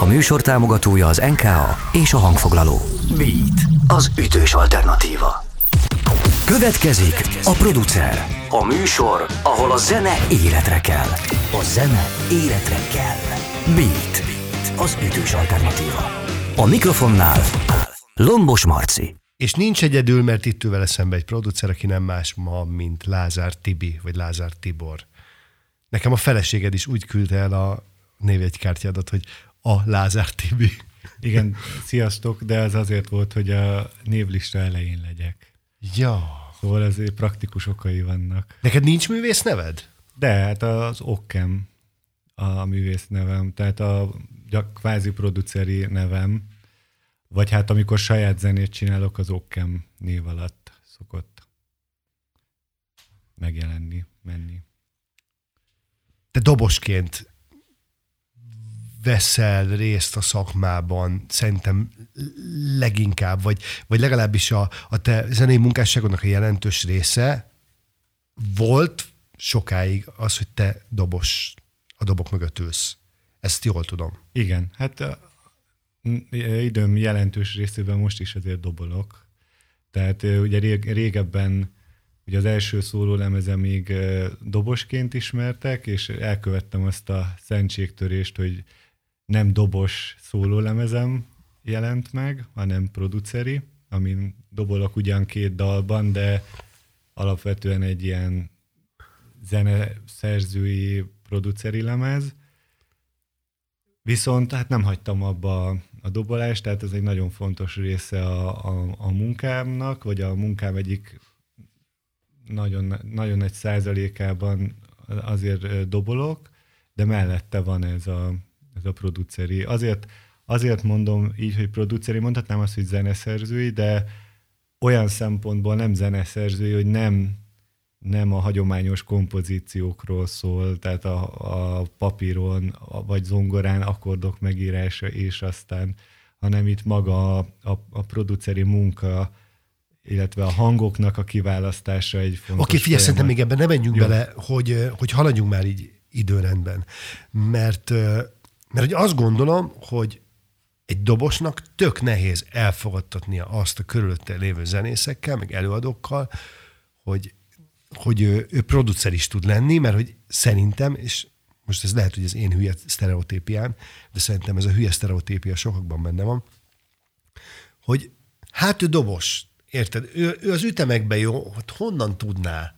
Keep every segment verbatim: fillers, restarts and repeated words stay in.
műsor támogatója az en ká á és a hangfoglaló. Beat, az ütős alternatíva. Következik a producer. A műsor, ahol a zene életre kell. A zene életre kell. Beat, az ütős alternatíva. A mikrofonnál Lombos Marci. És nincs egyedül, mert itt ül vele szembe egy producer, aki nem más ma, mint Lázár Tibi, vagy Lázár Tibor. Nekem a feleséged is úgy küldte el a névjegykártyádat, hogy a Lázár Tibi. Igen, sziasztok, de az azért volt, hogy a névlista elején legyek. Ja. Szóval azért praktikus okai vannak. Neked nincs művész neved? De, hát az Okkem a művész nevem, tehát a kvázi produceri nevem, vagy hát amikor saját zenét csinálok, az Okkem név alatt szokott megjelenni, menni. Te dobosként veszel részt a szakmában, szerintem leginkább, vagy, vagy legalábbis a, a te zenei munkásságodnak a jelentős része volt sokáig az, hogy te dobos, a dobok mögött ülsz. Ezt jól tudom. Igen, hát a, időm jelentős részében most is azért dobolok. Tehát ugye régebben ugye az első szólólemezem még dobosként ismertek, és elkövettem azt a szentségtörést, hogy nem dobos szólólemezem jelent meg, hanem produceri, amin dobolok ugyan két dalban, de alapvetően egy ilyen zeneszerzői produceri lemez. Viszont hát nem hagytam abba a dobolást, tehát ez egy nagyon fontos része a, a, a munkámnak, vagy a munkám egyik nagyon, nagyon egy százalékában azért dobolok, de mellette van ez a, ez a produceri. Azért, azért mondom így, hogy produceri, mondhatnám azt, hogy zeneszerzői, de olyan szempontból nem zeneszerzői, hogy nem, nem a hagyományos kompozíciókról szól, tehát a, a papíron, vagy zongorán akkordok megírása, és aztán, hanem itt maga a, a, a produceri munka, illetve a hangoknak a kiválasztása egy fontos. Oké, figyelj, szerintem még ebben nem menjünk Jó. bele, hogy, hogy haladjunk már így időrendben. Mert, mert hogy azt gondolom, hogy egy dobosnak tök nehéz elfogadtatnia azt a körülötte lévő zenészekkel, meg előadókkal, hogy, hogy ő, ő producer is tud lenni, mert hogy szerintem, és most ez lehet, hogy az én hülye sztereotípiám, de szerintem ez a hülye sztereotípia sokakban benne van, hogy hát ő dobos, érted? Ő, ő az ütemekben jó, hogy honnan tudná,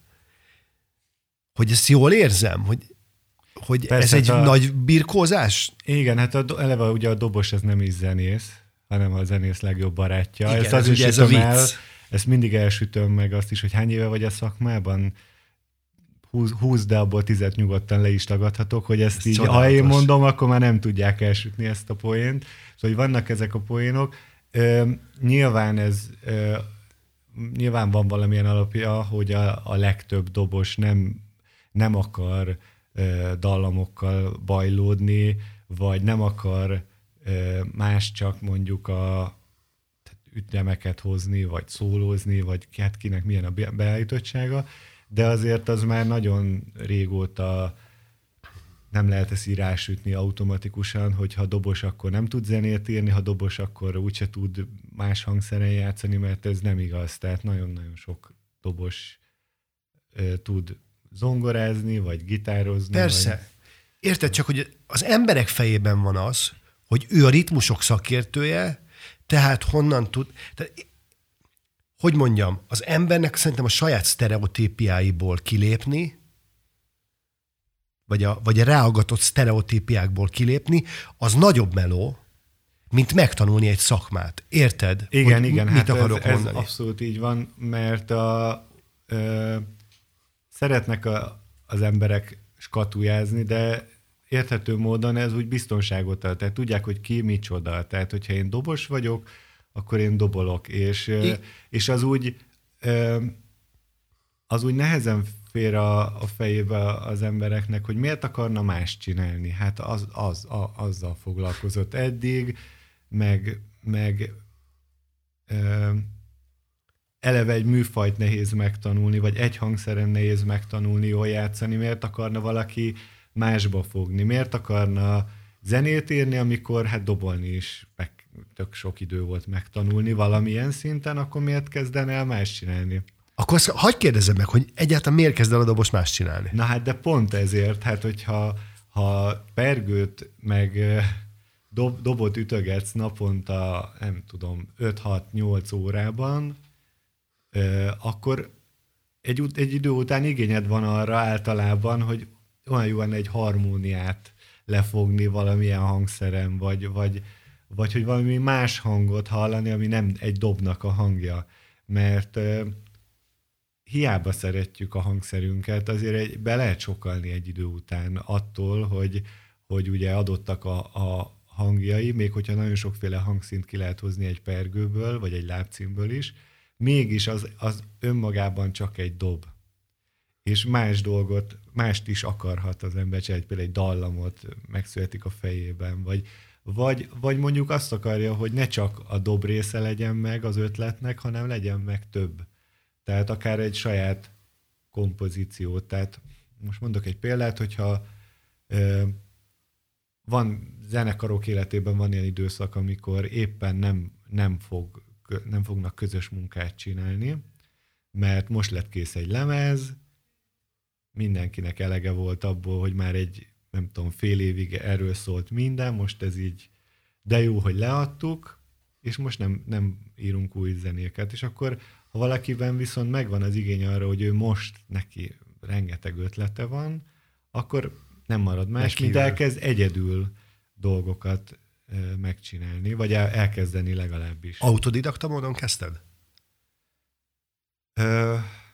hogy ezt jól érzem, hogy, hogy Persze, ez egy a... nagy birkózás? Igen, hát a, eleve ugye a dobos ez nem is zenész, hanem a zenész legjobb barátja. Igen, ezt ez ugye ez a vicc. El, ezt mindig elsütöm meg azt is, hogy hány éve vagy a szakmában, húsz, húsz de abból tizet nyugodtan le is tagadhatok, hogy ezt ez így, csodálatos. Ha én mondom, akkor már nem tudják elsütni ezt a poént. Szóval vannak ezek a poénok. Ö, nyilván ez... Ö, Nyilván van valamilyen alapja, hogy a, a legtöbb dobos nem, nem akar ö, dallamokkal bajlódni, vagy nem akar ö, más csak mondjuk a ütemeket hozni, vagy szólózni, vagy hát kinek milyen a beállítottsága, de azért az már nagyon régóta nem lehet ezt így rásütni automatikusan, hogy ha dobos, akkor nem tud zenét írni, ha dobos, akkor úgyse tud más hangszeren játszani, mert ez nem igaz. Tehát nagyon-nagyon sok dobos ö, tud zongorázni, vagy gitározni. Persze. Vagy... Érted, csak hogy az emberek fejében van az, hogy ő a ritmusok szakértője, tehát honnan tud... Tehát, hogy mondjam, az embernek szerintem a saját sztereotípiáiból kilépni, vagy a, vagy a ráagatott sztereotípiákból kilépni, az nagyobb meló, mint megtanulni egy szakmát. Érted? Igen, hogy igen. Mit hát akarok ez, mondani? Ez abszolút így van, mert a, ö, szeretnek a, az emberek skatujázni, de érthető módon ez úgy biztonságot ad. Tehát tudják, hogy ki micsoda. Tehát, hogyha én dobos vagyok, akkor én dobolok. És, ö, és az úgy ö, az úgy nehezen fér a, a fejébe az embereknek, hogy miért akarna más csinálni. Hát az, az, a, azzal foglalkozott eddig, meg, meg ö, eleve egy műfajt nehéz megtanulni, vagy egy hangszeren nehéz megtanulni, jól játszani. Miért akarna valaki másba fogni? Miért akarna zenét írni, amikor hát dobolni is meg, tök sok idő volt megtanulni valamilyen szinten, akkor miért kezdene el más csinálni? Akkor azt hagyd kérdezzem meg, hogy egyáltalán miért kezd el a dobos más csinálni? Na hát, de pont ezért, hát hogyha ha pergőt meg dob, dobot ütögetsz naponta, nem tudom, öt-hat-nyolc órában, akkor egy, egy idő után igényed van arra általában, hogy olyan jó lenne egy harmóniát lefogni valamilyen hangszeren, vagy, vagy, vagy hogy valami más hangot hallani, ami nem egy dobnak a hangja. Mert uh, hiába szeretjük a hangszerünket, azért egy, be lehet sokalni egy idő után attól, hogy, hogy ugye adottak a, a hangjai, még hogyha nagyon sokféle hangszint ki lehet hozni egy pergőből, vagy egy lábcímből is, mégis az, az önmagában csak egy dob. És más dolgot, mást is akarhat az ember, csinálni, például egy dallamot megszületik a fejében, vagy, vagy, vagy mondjuk azt akarja, hogy ne csak a dob része legyen meg az ötletnek, hanem legyen meg több. Tehát akár egy saját kompozíció. Tehát most mondok egy példát, hogyha ö, van zenekarok életében van ilyen időszak, amikor éppen nem, nem, fog, nem fognak közös munkát csinálni, mert most lett kész egy lemez, mindenkinek elege volt abból, hogy már egy, nem tudom, fél évig erről szólt minden, most ez így, de jó, hogy leadtuk, és most nem, nem írunk új zenéket. És akkor, ha valakiben viszont megvan az igény arra, hogy ő most neki rengeteg ötlete van, akkor nem marad más, mint elkezd egyedül dolgokat e, megcsinálni, vagy el, elkezdeni legalábbis. Autodidakta módon kezdted? Ö,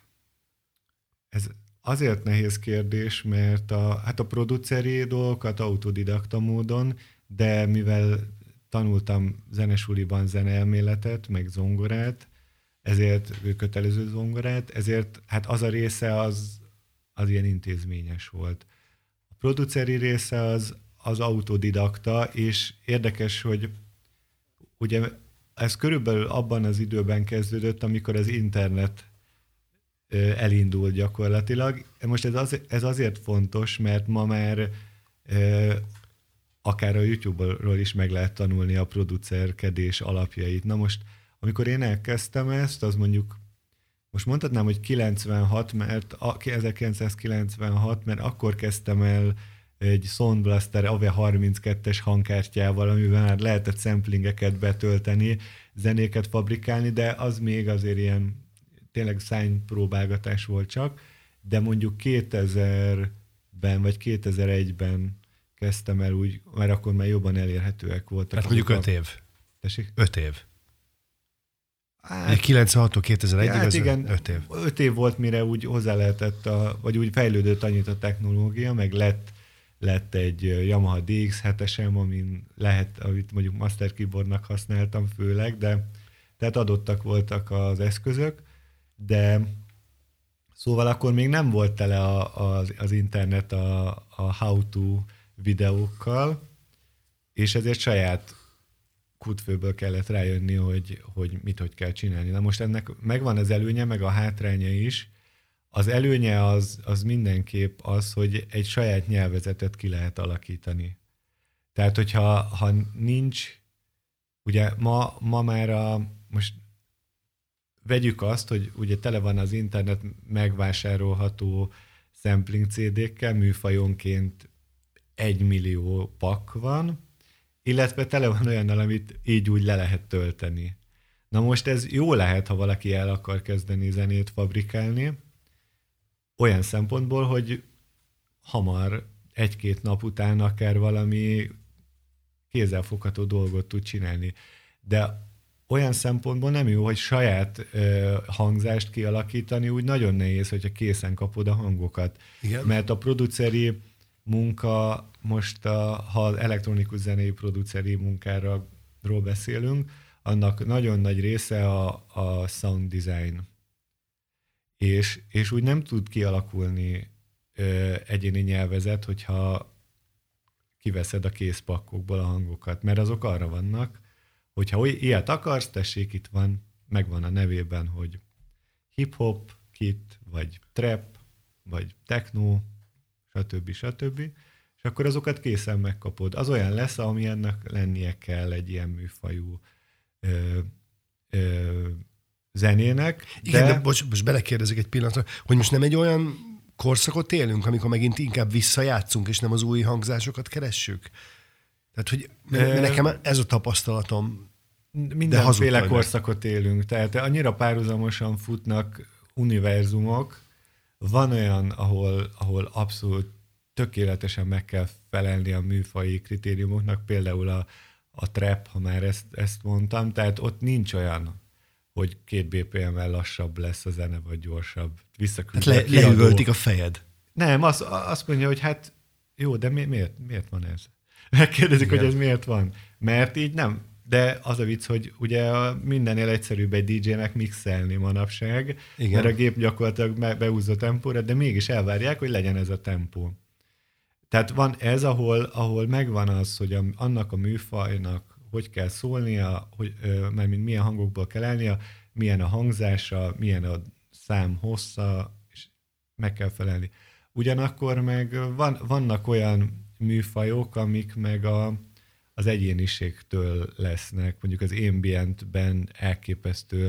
ez azért nehéz kérdés, mert a, hát a produceri dolgokat autodidakta módon, de mivel tanultam zenesuliban zeneelméletet, meg zongorát, ezért kötelező zongorát, ezért hát az a része az, az ilyen intézményes volt. A produceri része az, az autodidakta, és érdekes, hogy ugye ez körülbelül abban az időben kezdődött, amikor az internet elindult gyakorlatilag. Most ez, az, ez azért fontos, mert ma már e, akár a YouTube-ról is meg lehet tanulni a producerkedés alapjait. Na most, amikor én elkezdtem ezt, az mondjuk, most mondhatnám, hogy kilencvenhat, mert a, ezerkilencszázkilencvenhat, mert akkor kezdtem el egy Sound Blaster á vé harminckettes hangkártyával, amiben már lehetett samplingeket betölteni, zenéket fabrikálni, de az még azért ilyen tényleg szánypróbálgatás volt csak, de mondjuk kétezerben vagy kétezer-egyben kezdtem el úgy, mert akkor már jobban elérhetőek voltak. Hát mondjuk öt év. Tessék? Öt év. Hát, kilencvenhattól kétezer-egyig hát az igen, öt év. Öt év volt, mire úgy hozzá lehetett, a, vagy úgy fejlődött annyit a technológia, meg lett, lett egy Yamaha dé iksz hetesem, amin lehet, amit mondjuk Master Keyboardnak használtam főleg, de tehát adottak voltak az eszközök, de szóval akkor még nem volt tele a, az, az internet a, a how-to videókkal, és ezért saját kútfőből kellett rájönni, hogy, hogy mit hogy kell csinálni. Na most ennek megvan az előnye, meg a hátránya is. Az előnye az, az mindenképp az, hogy egy saját nyelvezetet ki lehet alakítani. Tehát, hogyha ha nincs, ugye ma, ma már a, most vegyük azt, hogy ugye tele van az internet megvásárolható sampling cé dé-kkel, műfajonként egy millió pak van, illetve tele van olyannal, amit így úgy le lehet tölteni. Na most ez jó lehet, ha valaki el akar kezdeni zenét fabrikálni, olyan szempontból, hogy hamar, egy-két nap után akár valami kézzelfogható dolgot tud csinálni. De olyan szempontból nem jó, hogy saját ö, hangzást kialakítani, úgy nagyon nehéz, hogyha készen kapod a hangokat. Igen. Mert a produceri munka, most a, ha az elektronikus zenei produceri munkáról beszélünk, annak nagyon nagy része a, a sound design. És, és úgy nem tud kialakulni ö, egyéni nyelvezet, hogyha kiveszed a készpakkokból a hangokat, mert azok arra vannak, hogyha ilyet akarsz, tessék, itt van, megvan a nevében, hogy hip-hop kit, vagy trap, vagy techno, stb. stb. És akkor azokat készen megkapod. Az olyan lesz, ami ennek lennie kell egy ilyen műfajú ö, ö, zenének. De... Igen, de bocs, most belekérdezek egy pillanatra, hogy most nem egy olyan korszakot élünk, amikor megint inkább visszajátszunk, és nem az új hangzásokat keressük? Tehát, hogy mert nekem ez a tapasztalatom. Mindenféle korszakot élünk, tehát annyira párhuzamosan futnak univerzumok, van olyan, ahol, ahol abszolút tökéletesen meg kell felelni a műfaji kritériumoknak, például a, a trap, ha már ezt, ezt mondtam, tehát ott nincs olyan, hogy két bé pé em-mel lassabb lesz a zene, vagy gyorsabb. Visszaküldök. Hát le, leüvöltik a fejed. Nem, az, azt mondja, hogy hát jó, de mi, miért, miért van ez? Megkérdezik, igen, hogy ez miért van. Mert így nem. De az a vicc, hogy ugye mindennél egyszerűbb egy dé jének mixelni manapság, igen, mert a gép gyakorlatilag beúzza a tempóra, de mégis elvárják, hogy legyen ez a tempó. Tehát van ez, ahol, ahol megvan az, hogy a, annak a műfajnak hogy kell szólnia, hogy, mert milyen hangokból kell állnia, milyen a hangzása, milyen a szám hossza, és meg kell felelni. Ugyanakkor meg van, vannak olyan műfajok, amik meg a, az egyéniségtől lesznek. Mondjuk az ambientben elképesztő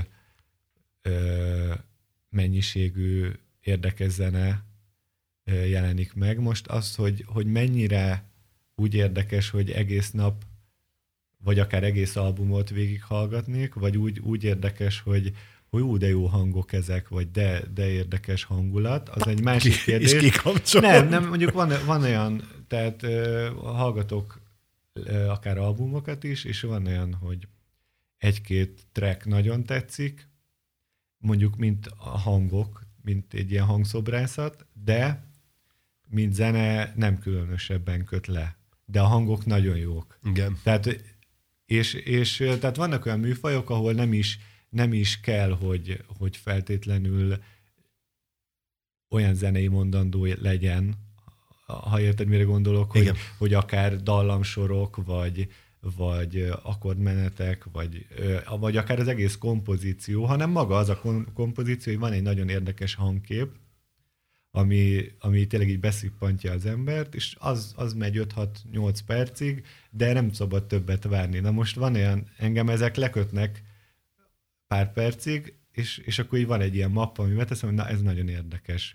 ö, mennyiségű érdekes zene ö, jelenik meg. Most az, hogy, hogy mennyire úgy érdekes, hogy egész nap, vagy akár egész albumot végighallgatnék, vagy úgy, úgy érdekes, hogy hogy ú, de jó hangok ezek, vagy de, de érdekes hangulat, az egy másik Ki, kérdés. Nem, nem, mondjuk van, van olyan, tehát uh, hallgatok uh, akár albumokat is, és van olyan, hogy egy-két track nagyon tetszik, mondjuk mint a hangok, mint egy ilyen hangszobrászat, de mint zene nem különösebben köt le. De a hangok nagyon jók. Igen. Tehát, és, és tehát vannak olyan műfajok, ahol nem is nem is kell, hogy, hogy feltétlenül olyan zenei mondandó legyen, ha érted, mire gondolok, hogy, hogy akár dallamsorok, vagy, vagy akkordmenetek, vagy, vagy akár az egész kompozíció, hanem maga az a kompozíció, hogy van egy nagyon érdekes hangkép, ami, ami tényleg így beszippantja az embert, és az, az megy öt-hat-nyolc percig, de nem szabad többet várni. Na most van olyan, engem ezek lekötnek pár percig, és, és akkor így van egy ilyen mappa, ami beteszem, hogy na, ez nagyon érdekes.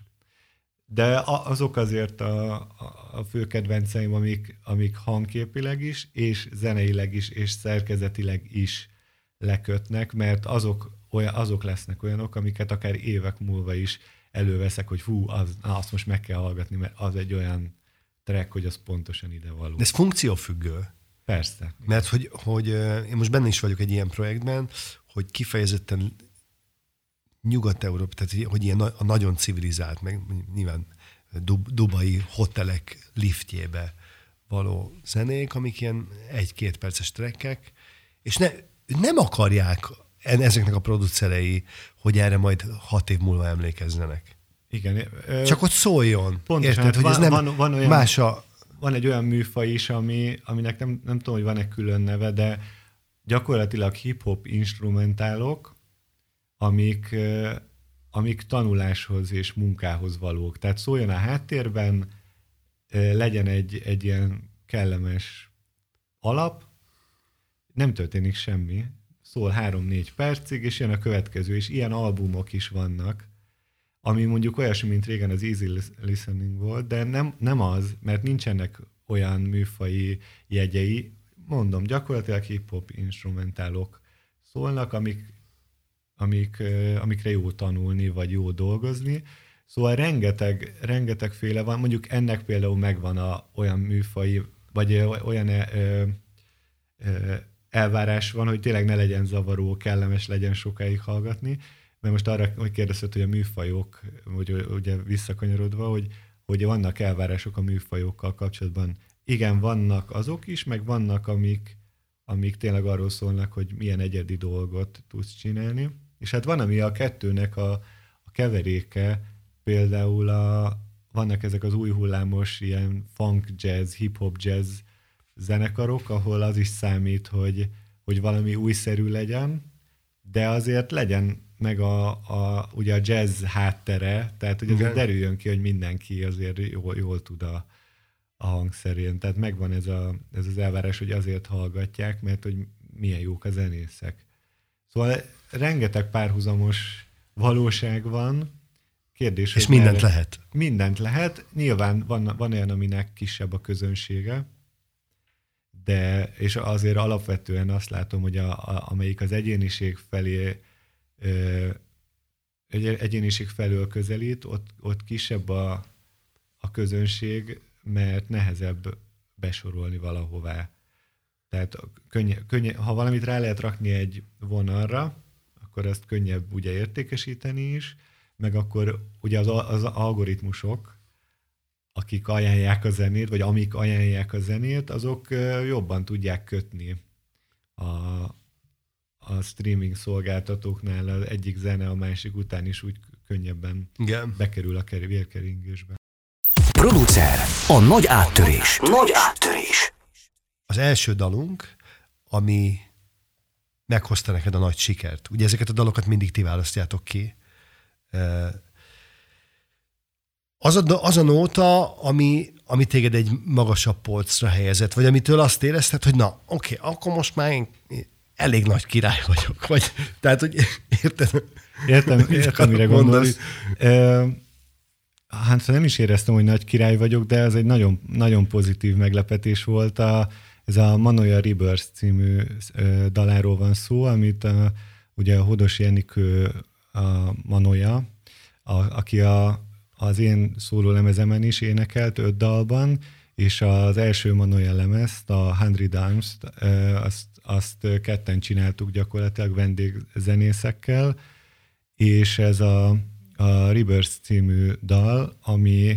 De azok azért a, a fő kedvenceim, amik, amik hangképileg is, és zeneileg is, és szerkezetileg is lekötnek, mert azok, olyan, azok lesznek olyanok, amiket akár évek múlva is előveszek, hogy fú, az, na, azt most meg kell hallgatni, mert az egy olyan track, hogy az pontosan ide való. De ez funkciófüggő. Persze. Mert hogy, hogy én most benne is vagyok egy ilyen projektben, hogy kifejezetten Nyugat-Európa, tehát hogy ilyen a nagyon civilizált, meg nyilván dub, dubai hotelek liftjébe való zenék, amik ilyen egy-két perces trekkek, és ne, nem akarják ezeknek a producerei, hogy erre majd hat év múlva emlékezzenek. Igen. Csak ott szóljon. Pontosan. Érted, hogy ez nem van, van olyan, más a... Van egy olyan műfaj is, ami, aminek nem, nem tudom, hogy van-e külön neve, de gyakorlatilag hip-hop instrumentálok, amik, amik tanuláshoz és munkához valók. Tehát szóljon a háttérben, legyen egy, egy ilyen kellemes alap, nem történik semmi, szól három-négy percig, és jön a következő, és ilyen albumok is vannak, ami mondjuk olyasmi, mint régen az easy listening volt, de nem, nem az, mert nincsenek olyan műfaji jegyei, mondom, gyakorlatilag hip-hop instrumentálok szólnak, amik, amik, amikre jó tanulni, vagy jó dolgozni. Szóval rengeteg, rengetegféle van, mondjuk ennek például megvan a, olyan műfaji, vagy olyan ö, ö, elvárás van, hogy tényleg ne legyen zavaró, kellemes legyen sokáig hallgatni, mert most arra, hogy kérdezted, hogy a műfajok, hogy ugye visszakanyarodva, hogy, hogy vannak elvárások a műfajokkal kapcsolatban. Igen, vannak azok is, meg vannak, amik, amik tényleg arról szólnak, hogy milyen egyedi dolgot tudsz csinálni. És hát van, ami a kettőnek a, a keveréke, például a, vannak ezek az új hullámos ilyen funk jazz, hip-hop jazz zenekarok, ahol az is számít, hogy, hogy valami újszerű legyen, de azért legyen meg a, a, ugye a jazz háttere, tehát hogy azért derüljön ki, hogy mindenki azért jól, jól tud a, a hangszerén. Tehát megvan ez, a, ez az elvárás, hogy azért hallgatják, mert hogy milyen jók a zenészek. Szóval rengeteg párhuzamos valóság van. Kérdés, és mindent merre, lehet. Mindent lehet. Nyilván van, van olyan, aminek kisebb a közönsége, de és azért alapvetően azt látom, hogy a, a, amelyik az egyéniség felé ö, egy egyéniség felől közelít, ott, ott kisebb a, a közönség, mert nehezebb besorolni valahová. Tehát könnye, könnye, ha valamit rá lehet rakni egy vonalra, akkor azt könnyebb ugye értékesíteni is, meg akkor ugye az, az algoritmusok, akik ajánlják a zenét, vagy amik ajánlják a zenét, azok jobban tudják kötni a, a streaming szolgáltatóknál az egyik zene a másik után is úgy könnyebben Igen. bekerül a vérkeringésbe. Producer, a nagy áttörés. Nagy áttörés. Az első dalunk, ami meghozta neked a nagy sikert. Ugye ezeket a dalokat mindig ti választjátok ki. Az a, az a nóta, ami, ami téged egy magasabb polcra helyezett, vagy amitől azt érezted, hogy na, oké, okay, akkor most már én elég nagy király vagyok. Vagy, tehát, hogy érted? Értem, értem mire gondolsz. Uh, hát nem is éreztem, hogy nagy király vagyok, de ez egy nagyon, nagyon pozitív meglepetés volt. A, ez a Manoja Rebirth című uh, daláról van szó, amit uh, ugye a Hodosi Enikő a Manoja, a, aki a az én szólólemezemen is énekelt öt dalban, és az első Manoja lemezt, a Hundred Arms-t, azt, azt ketten csináltuk gyakorlatilag vendégzenészekkel, és ez a, a Rebirth című dal, ami,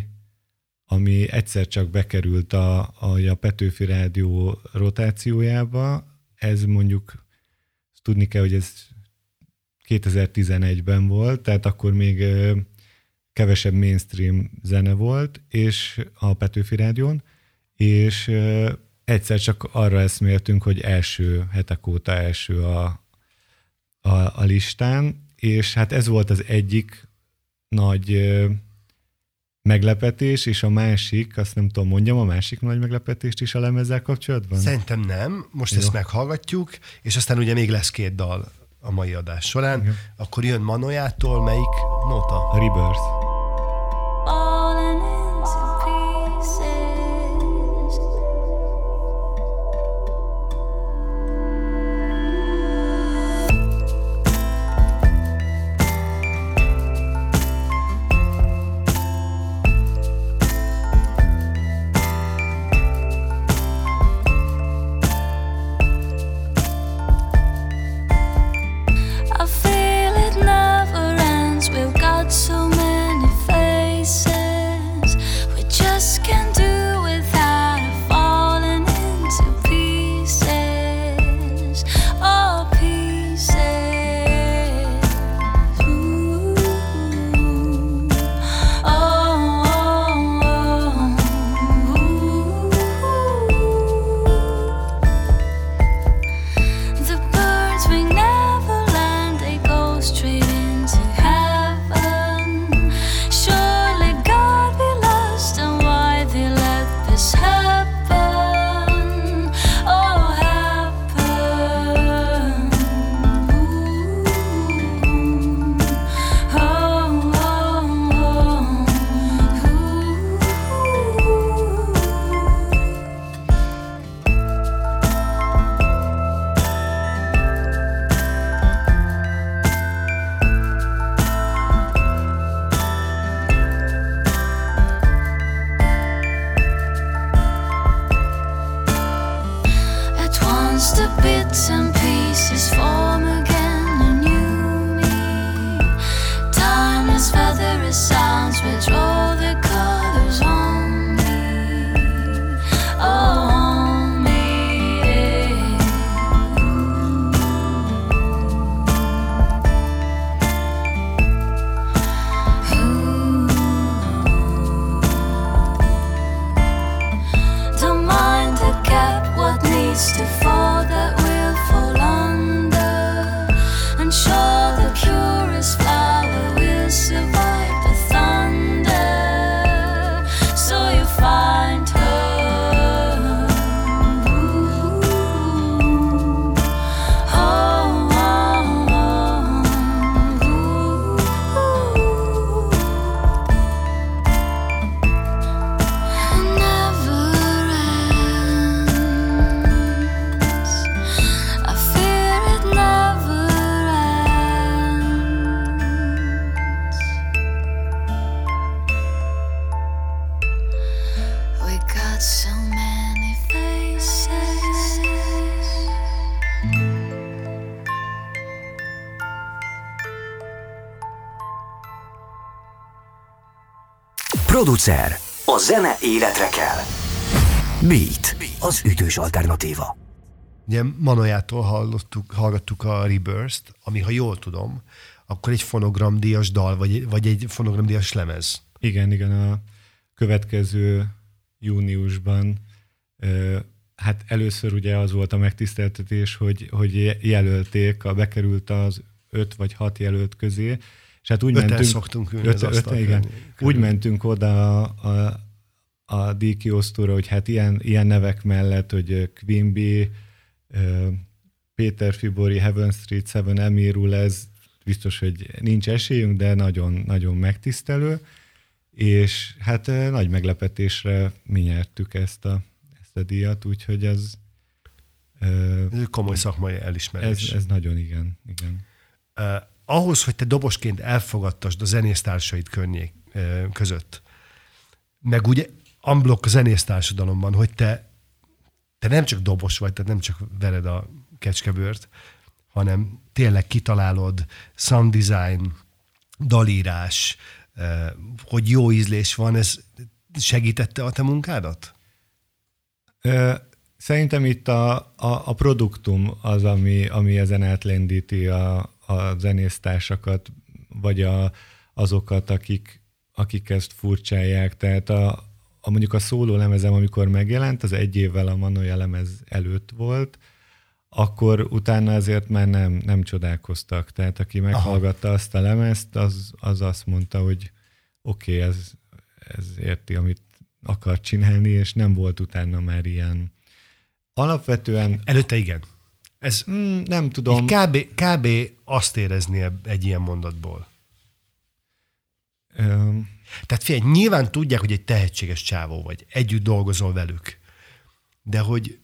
ami egyszer csak bekerült a, a, a Petőfi Rádió rotációjába, ez mondjuk, tudni kell, hogy ez kétezer-tizenegyben volt, tehát akkor még kevesebb mainstream zene volt, és a Petőfi Rádión, és uh, egyszer csak arra eszméltünk, hogy első hetek óta első a, a, a listán, és hát ez volt az egyik nagy uh, meglepetés, és a másik, azt nem tudom, mondjam, a másik nagy meglepetést is a lemezzel kapcsolatban? Szerintem nem, most Jó. ezt meghallgatjuk, és aztán ugye még lesz két dal a mai adás során, Igen. Akkor jön Manojától melyik nóta? A Rebirth. Survive the thunder, so you find her. Producer. A zene életre kell. Beat. Az ütős alternatíva. Ugye Manojától hallottuk, hallgattuk a Rebirth-t, ami, ha jól tudom, akkor egy fonogramdíjas dal, vagy, vagy egy fonogramdíjas lemez. Igen, igen, a következő júniusban hát először ugye az volt a megtiszteltetés, hogy, hogy jelölték, a, bekerült az öt vagy hat jelölt közé, és hát úgy öten mentünk, szoktunk ülni öt, az asztal igen, körül. úgy mentünk oda a, a, a díjkiosztóra, hogy hát ilyen, ilyen nevek mellett, hogy Quimby, Péter Fibori, Heaven Street Seven, Emirul, ez biztos, hogy nincs esélyünk, de nagyon, nagyon megtisztelő, és hát nagy meglepetésre mi nyertük ezt a, ezt a díjat, úgyhogy ez komoly szakmai elismerés. Ez, ez nagyon igen. igen. Uh, ahhoz, hogy te dobosként elfogadtasd a zenésztársaid környék uh, között, meg ugye unblock a zenésztársadalomban, hogy te, te nem csak dobos vagy, tehát nem csak vered a kecskebőrt, hanem tényleg kitalálod, sound design, dalírás, uh, hogy jó ízlés van, ez segítette a te munkádat? Uh, Szerintem itt a, a, a produktum az, ami, ami ezen átlendíti a, a zenésztársakat, vagy a, azokat, akik, akik ezt furcsálják. Tehát a, a mondjuk a szóló lemezem, amikor megjelent, az egy évvel a Manoja lemez előtt volt, akkor utána azért már nem, nem csodálkoztak. Tehát aki meghallgatta azt a lemezt, az, az azt mondta, hogy oké, okay, ez, ez érti, amit akar csinálni, és nem volt utána már ilyen. Alapvetően... Előtte igen. Ez mm, nem tudom. Kb, kb. Azt érezni egy ilyen mondatból. Um, Tehát figyelj, nyilván tudják, hogy egy tehetséges csávó vagy, együtt dolgozol velük, de hogy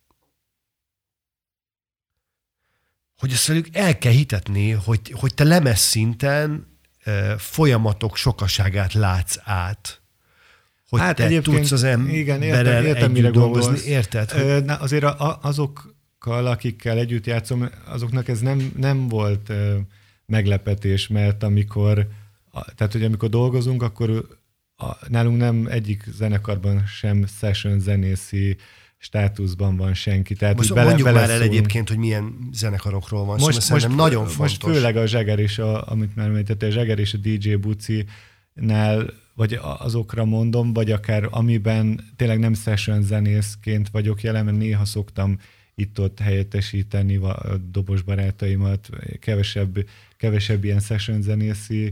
hogy azt velük el kell hitetni, hogy, hogy te lemez szinten uh, folyamatok sokaságát látsz át, hogy hát te tudsz az emberrel együtt mire dolgozni, gondolsz. Érted? Hogy... Na, azért a, azokkal, akikkel együtt játszom, azoknak ez nem, nem volt uh, meglepetés, mert amikor, a, tehát, hogy amikor dolgozunk, akkor a, nálunk nem egyik zenekarban sem session zenészi státuszban van senki. Tehát most bele, mondjuk már el egyébként, hogy milyen zenekarokról van. Most, szóval most nagyon fontos. Most főleg a Zseger és a, amit már említette, a Zseger és a dé dzsé Buci-nál, vagy azokra mondom, vagy akár amiben tényleg nem session zenészként vagyok jelen, mert néha szoktam itt-ott helyettesíteni a dobos barátaimat, kevesebb, kevesebb ilyen session zenészi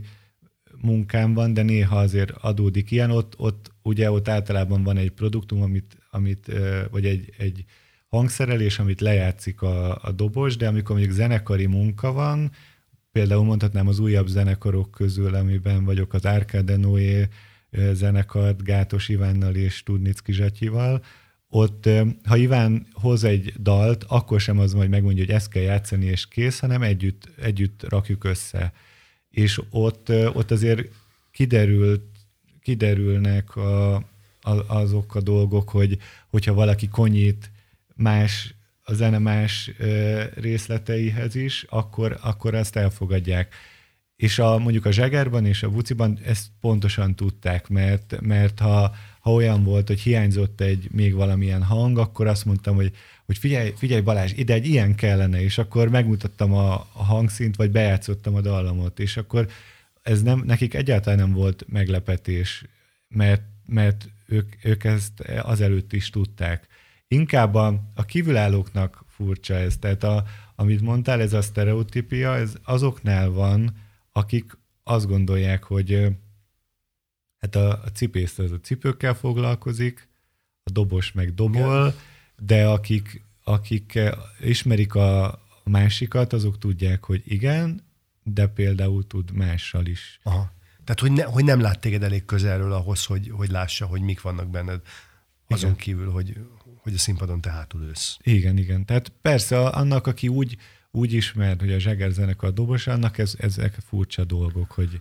munkám van, de néha azért adódik ilyen. Ott, ott ugye ott általában van egy produktum, amit, amit vagy egy, egy hangszerelés, amit lejátszik a, a dobos, de amikor mondjuk zenekari munka van, például mondhatnám az újabb zenekarok közül, amiben vagyok, az Arcade Noé zenekart Gátos Ivánnal és Tudnicki Zsatyival. Ott, ha Iván hoz egy dalt, akkor sem az, hogy megmondja, hogy ezt kell játszani és kész, hanem együtt, együtt rakjuk össze. És ott, ott azért kiderült, kiderülnek a, a, azok a dolgok, hogy, hogyha valaki konyít más, a zene más részleteihez is, akkor, akkor ezt elfogadják. És a, mondjuk a Zsegerben és a Buciban ezt pontosan tudták, mert, mert ha, ha olyan volt, hogy hiányzott egy még valamilyen hang, akkor azt mondtam, hogy, hogy figyelj, figyelj Balázs, ide egy ilyen kellene, és akkor megmutattam a, a hangszint, vagy bejátszottam a dallamot, és akkor ez nem, nekik egyáltalán nem volt meglepetés, mert, mert ők, ők ezt azelőtt is tudták. Inkább a, a kívülállóknak furcsa ez, tehát a, amit mondtál, ez a sztereotípia, ez azoknál van, akik azt gondolják, hogy hát a, a cipész az a cipőkkel foglalkozik, a dobos meg dobol, igen. De akik, akik ismerik a másikat, azok tudják, hogy igen, de például tud mással is. Aha. Tehát, hogy, ne, hogy nem lát téged elég közelről ahhoz, hogy, hogy lássa, hogy mik vannak benned, azon igen. kívül, hogy, hogy a színpadon te hátul ülsz. Igen, igen. Tehát persze annak, aki úgy, úgy ismer, hogy a Zseger zenekar dobos, annak ez, ezek furcsa dolgok, hogy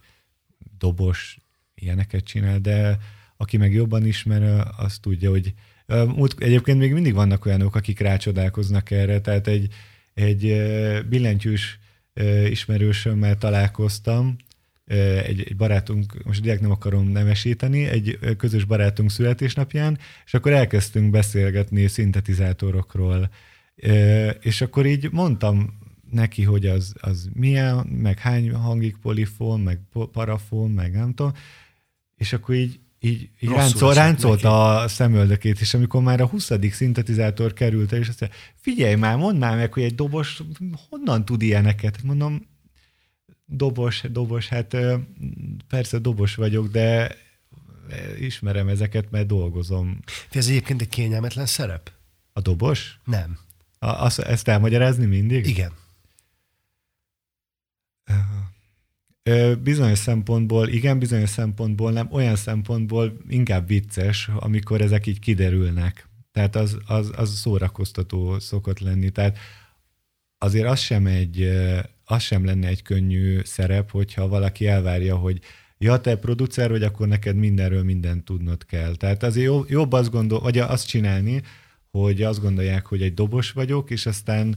dobos ilyeneket csinál, de aki meg jobban ismer, azt tudja, hogy egyébként még mindig vannak olyanok, akik rácsodálkoznak erre, tehát egy, egy billentyűs ismerősömmel találkoztam, egy, egy barátunk, most direkt nem akarom nevesíteni, egy közös barátunk születésnapján, és akkor elkezdtünk beszélgetni szintetizátorokról. És akkor így mondtam neki, hogy az, az milyen, meg hány hangig polifón, meg parafón, meg nem tudom, és akkor így, így, így ráncol, ráncolta a szemöldökét, és amikor már a huszadik szintetizátor került el, és azt mondja, figyelj már, mondd már meg, hogy egy dobos honnan tud ilyeneket? Mondom, dobos, dobos, hát persze dobos vagyok, de ismerem ezeket, mert dolgozom. Ez egyébként egy kényelmetlen szerep? A dobos? Nem. A, azt, ezt elmagyarázni mindig? Igen. Bizonyos szempontból, igen, bizonyos szempontból nem, olyan szempontból inkább vicces, amikor ezek így kiderülnek. Tehát az, az, az szórakoztató szokott lenni. Tehát azért az sem, egy, az sem lenne egy könnyű szerep, hogyha valaki elvárja, hogy ja, te producer vagy, akkor neked mindenről mindent tudnod kell. Tehát azért jobb, jobb azt gondol, vagy azt csinálni, hogy azt gondolják, hogy egy dobos vagyok, és aztán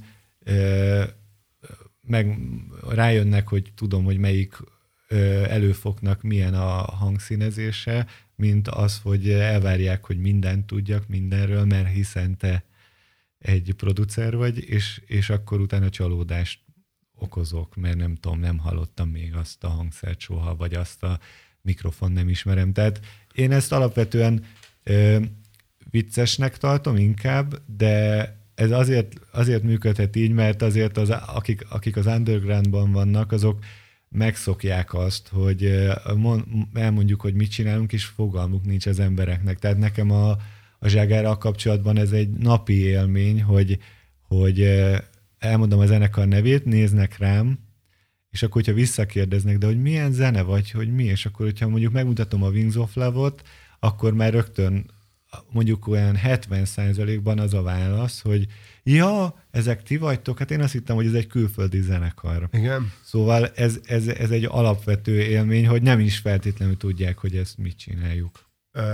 e, meg rájönnek, hogy tudom, hogy melyik e, előfoknak milyen a hangszínezése, mint az, hogy elvárják, hogy mindent tudjak mindenről, mert hiszen te egy producer vagy, és, és akkor utána csalódást okozok, mert nem tudom, nem hallottam még azt a hangszert soha, vagy azt a mikrofon nem ismerem. Tehát én ezt alapvetően e, viccesnek tartom inkább, de ez azért, azért működhet így, mert azért az, akik, akik az undergroundban vannak, azok megszokják azt, hogy elmondjuk, hogy mit csinálunk, és fogalmuk nincs az embereknek. Tehát nekem a, a zságárral kapcsolatban ez egy napi élmény, hogy, hogy elmondom a zenekar nevét, néznek rám, és akkor, hogyha visszakérdeznek, de hogy milyen zene vagy, hogy mi, és akkor, hogyha mondjuk megmutatom a Wings of Love-ot, akkor már rögtön mondjuk olyan hetven százalékban az a válasz, hogy ja, ezek ti vagytok, hát én azt hittem, hogy ez egy külföldi zenekar. Igen. Szóval ez, ez, ez egy alapvető élmény, hogy nem is feltétlenül tudják, hogy ezt mit csináljuk.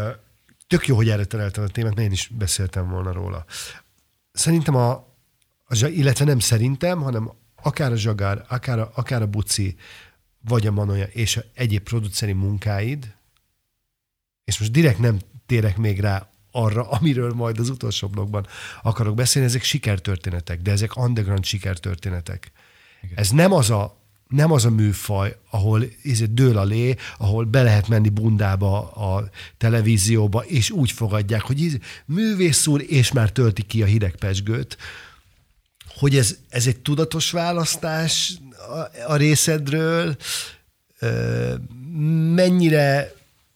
Tök jó, hogy erre tereltem a témát, mert én is beszéltem volna róla. Szerintem a, a illetve nem szerintem, hanem akár a Zsagár, akár a, akár a Buci, vagy a Manolya és a egyéb produceri munkáid, és most direkt nem térek még rá arra, amiről majd az utolsó blogban akarok beszélni, ezek sikertörténetek, de ezek underground sikertörténetek. Igen. Ez nem az a, nem az a műfaj, ahol dől a lé, ahol be lehet menni bundába a televízióba, és úgy fogadják, hogy művész úr, és már tölti ki a hideg pezsgőt, hogy ez, ez egy tudatos választás a, a részedről, mennyire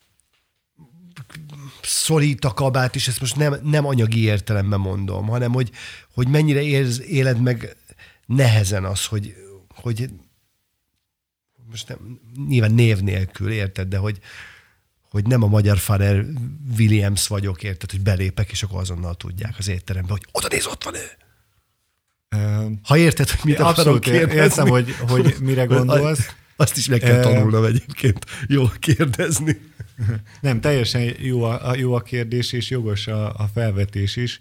szorít a kabát, és ezt most nem, nem anyagi értelemben mondom, hanem hogy, hogy mennyire érz, éled meg nehezen az, hogy, hogy most nem, nyilván név nélkül, érted, de hogy, hogy nem a magyar Pharrell Williams vagyok, érted, hogy belépek, és akkor azonnal tudják az étterembe, hogy oda néz, ott van ő. Ha érted, hogy mit akarok kérdezni. Értem, hogy, hogy mire gondolsz. Azt is meg kell tanulnom egyébként. Jó kérdezni. Nem, teljesen jó a, jó a kérdés, és jogos a, a felvetés is.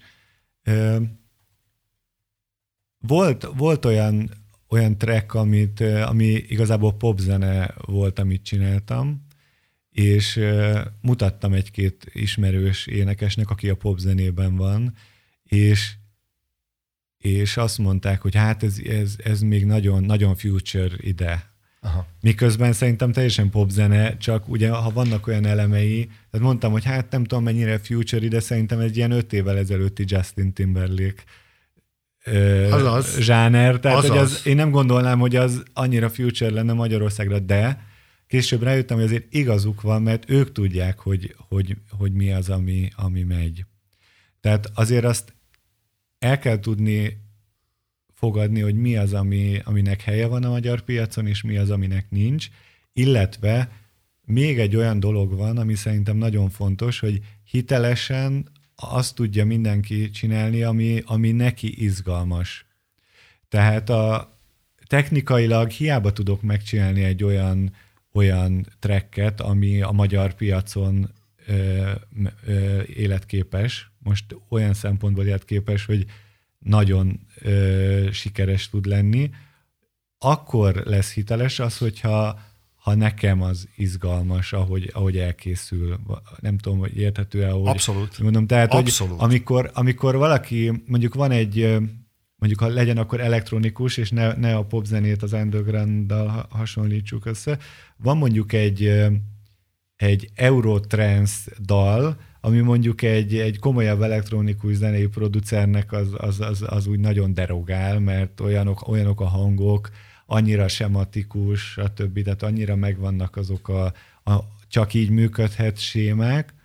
Volt, volt olyan, olyan track, amit, ami igazából popzene volt, amit csináltam, és mutattam egy-két ismerős énekesnek, aki a popzenében van, és és azt mondták, hogy hát ez, ez, ez még nagyon, nagyon future ide. Aha. Miközben szerintem teljesen popzene, csak ugye ha vannak olyan elemei, tehát mondtam, hogy hát nem tudom mennyire future ide, szerintem egy ilyen öt évvel ezelőtti Justin Timberlake ö, zsáner. Tehát hogy az, én nem gondolnám, hogy az annyira future lenne Magyarországra, de később rájöttem, hogy azért igazuk van, mert ők tudják, hogy, hogy, hogy mi az, ami, ami megy. Tehát azért azt el kell tudni fogadni, hogy mi az, ami, aminek helye van a magyar piacon, és mi az, aminek nincs, illetve még egy olyan dolog van, ami szerintem nagyon fontos, hogy hitelesen azt tudja mindenki csinálni, ami, ami neki izgalmas. Tehát a, technikailag hiába tudok megcsinálni egy olyan, olyan tracket, ami a magyar piacon ö, ö, életképes, most olyan szempontból életképes, hogy nagyon ö, sikeres tud lenni, akkor lesz hiteles az, hogyha ha nekem az izgalmas, ahogy, ahogy elkészül. Nem tudom, hogy érthető-e, ahogy Abszolút. mondom. Tehát, Abszolút. Hogy amikor, amikor valaki, mondjuk van egy, mondjuk ha legyen akkor elektronikus, és ne, ne a popzenét az underground-dal hasonlítsuk össze, van mondjuk egy, egy Eurotrance dal, ami mondjuk egy, egy komolyabb elektronikus zenei producernek az, az, az, az úgy nagyon derogál, mert olyanok, olyanok a hangok, annyira sematikus, stb. Tehát annyira megvannak azok a, a csak így működhet sémák.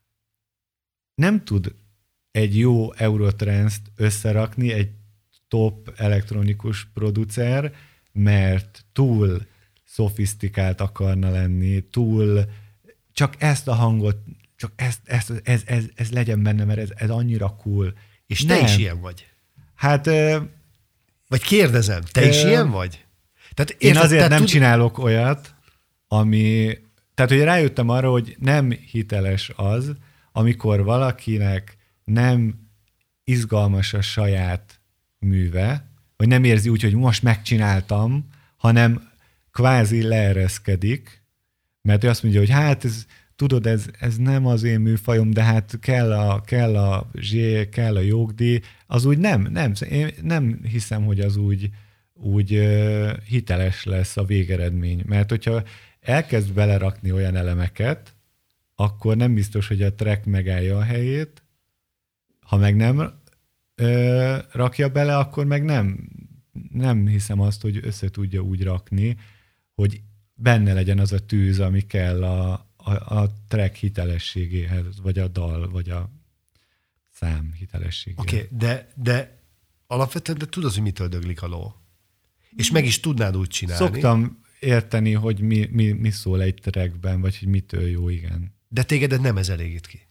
Nem tud egy jó Eurotrance-t összerakni egy top elektronikus producer, mert túl szofisztikált akarna lenni, túl csak ezt a hangot, csak ezt, ezt, ez, ez, ez legyen benne, mert ez, ez annyira cool. És te nem. is ilyen vagy. Hát... Vagy kérdezem, te is ö, ilyen vagy? Tehát én érted, azért nem tud... csinálok olyat, ami... Tehát, hogy rájöttem arra, hogy nem hiteles az, amikor valakinek nem izgalmas a saját műve, vagy nem érzi úgy, hogy most megcsináltam, hanem kvázi leereszkedik, mert ő azt mondja, hogy hát ez, tudod, ez, ez nem az én műfajom, de hát kell a, kell a zsé, kell a jogdíj, az úgy nem, nem, én nem hiszem, hogy az úgy, úgy uh, hiteles lesz a végeredmény, mert hogyha elkezd belerakni olyan elemeket, akkor nem biztos, hogy a track megállja a helyét, ha meg nem ö, rakja bele, akkor meg nem, nem hiszem azt, hogy össze tudja úgy rakni, hogy benne legyen az a tűz, ami kell a, a, a track hitelességéhez, vagy a dal, vagy a szám hitelességéhez. Oké, okay, de, de alapvetően de tudod, hogy mitől döglik a ló. És meg is tudnád úgy csinálni. Szoktam érteni, hogy mi, mi, mi szól egy trackben, vagy hogy mitől jó, igen. De tégedet nem ez elégít ki.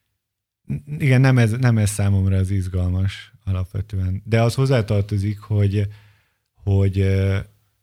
Igen, nem ez, nem ez számomra az izgalmas alapvetően. De az hozzátartozik, hogy, hogy ö,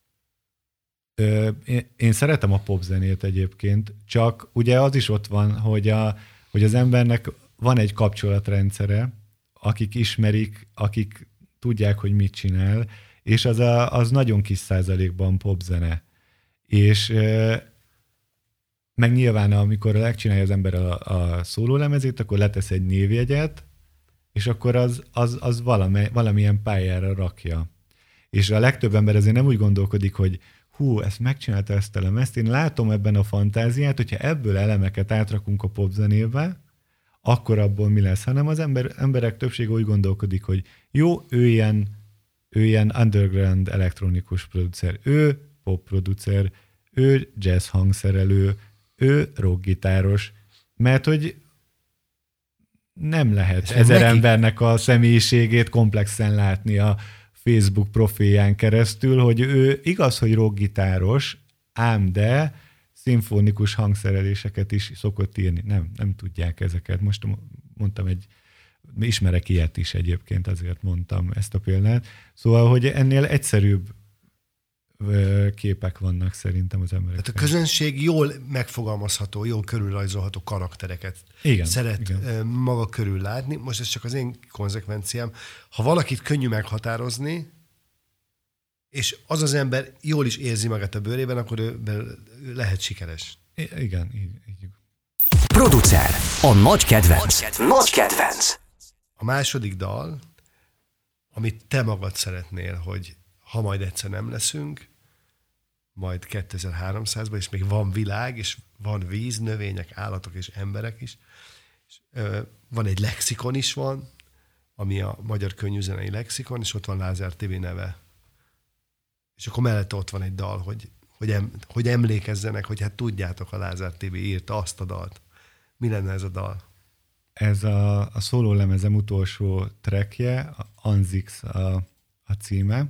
ö, én, én szeretem a popzenét egyébként, csak ugye az is ott van, hogy, a, hogy az embernek van egy kapcsolatrendszere, akik ismerik, akik tudják, hogy mit csinál, és az, a, az nagyon kis százalékban popzene. És ö, meg nyilván, amikor megcsinálja az ember a, a szólólemezét, akkor letesz egy névjegyet, és akkor az, az, az valami, valamilyen pályára rakja. És a legtöbb ember azért nem úgy gondolkodik, hogy hú, ezt megcsinálta ezt a lemezt, én látom ebben a fantáziát, hogyha ebből elemeket átrakunk a popzenébe, akkor abból mi lesz, hanem az ember, emberek többsége úgy gondolkodik, hogy jó, ő ilyen, ő ilyen underground elektronikus producer, ő popproducer, ő jazz hangszerelő, ő rockgitáros, mert hogy nem lehet ezer neki... embernek a személyiségét komplexen látni a Facebook profilján keresztül, hogy ő igaz, hogy rockgitáros, ám de szimfonikus hangszereléseket is szokott írni. Nem, nem tudják ezeket. Most mondtam egy, ismerek ilyet is egyébként, azért mondtam ezt a példát. Szóval, hogy ennél egyszerűbb képek vannak szerintem az emberek. Tehát a közönség jól megfogalmazható, jól körülrajzolható karaktereket igen, szeret igen. maga körül látni. Most ez csak az én konzekvenciám. Ha valakit könnyű meghatározni, és az az ember jól is érzi magát a bőrében, akkor ő lehet sikeres. I- igen, így, így. Producer, a nagy kedvenc. Nagy kedvenc. A második dal, amit te magad szeretnél, hogy ha majd egyszer nem leszünk, majd kétezer-háromszázban, és még van világ, és van víz, növények, állatok és emberek is. És, ö, van egy lexikon is van, ami a Magyar Könnyűzenei Lexikon, és ott van Lázár té vé neve. És akkor mellette ott van egy dal, hogy, hogy, em, hogy emlékezzenek, hogy hát tudjátok, a Lázár té vé írta azt a dalt. Mi lenne ez a dal? Ez a, a szólólemezem utolsó trackje, a Anzix a, a címe.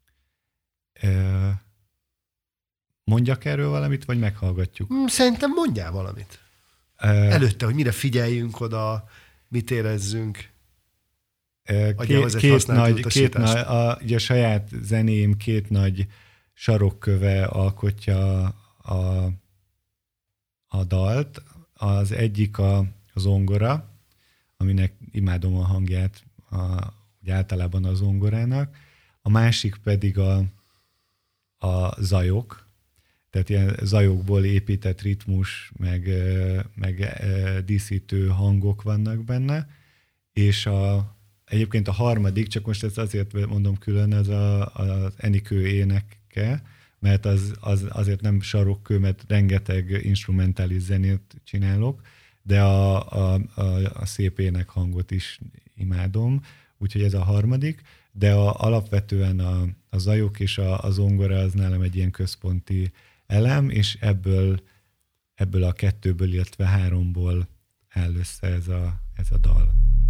Mondjak erről valamit, vagy meghallgatjuk? Szerintem mondjál valamit. Előtte, hogy mire figyeljünk oda, mit érezzünk. Két, két nagy, két nagy a, ugye a saját zeném két nagy sarokköve alkotja a, a dalt. Az egyik a, a zongora, aminek imádom a hangját, a, ugye általában a zongorának. A másik pedig a a zajok. tehát ilyen zajokból épített ritmus, meg, meg díszítő hangok vannak benne, és a, egyébként a harmadik, csak most ezt azért mondom külön, az a, az Enikő éneke, mert az, az azért nem sarokkő, mert rengeteg instrumentális zenét csinálok, de a, a, a, a szép ének hangot is imádom, úgyhogy ez a harmadik, de a, alapvetően a, a zajok és a, a zongora az nálam egy ilyen központi elem, és ebből, ebből a kettőből, illetve háromból áll össze ez a, ez a dal.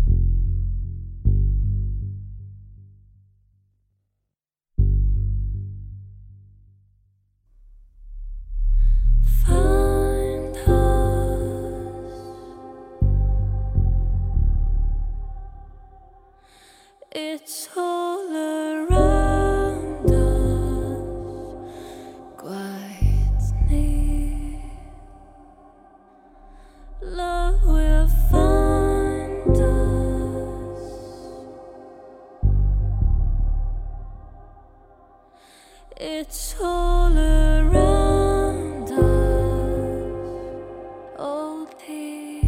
It's all around us, quite near. Love will find us. It's all around us, oh dear.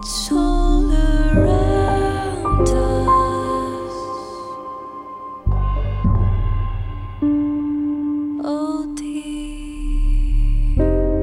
It's all around us. Oh dear.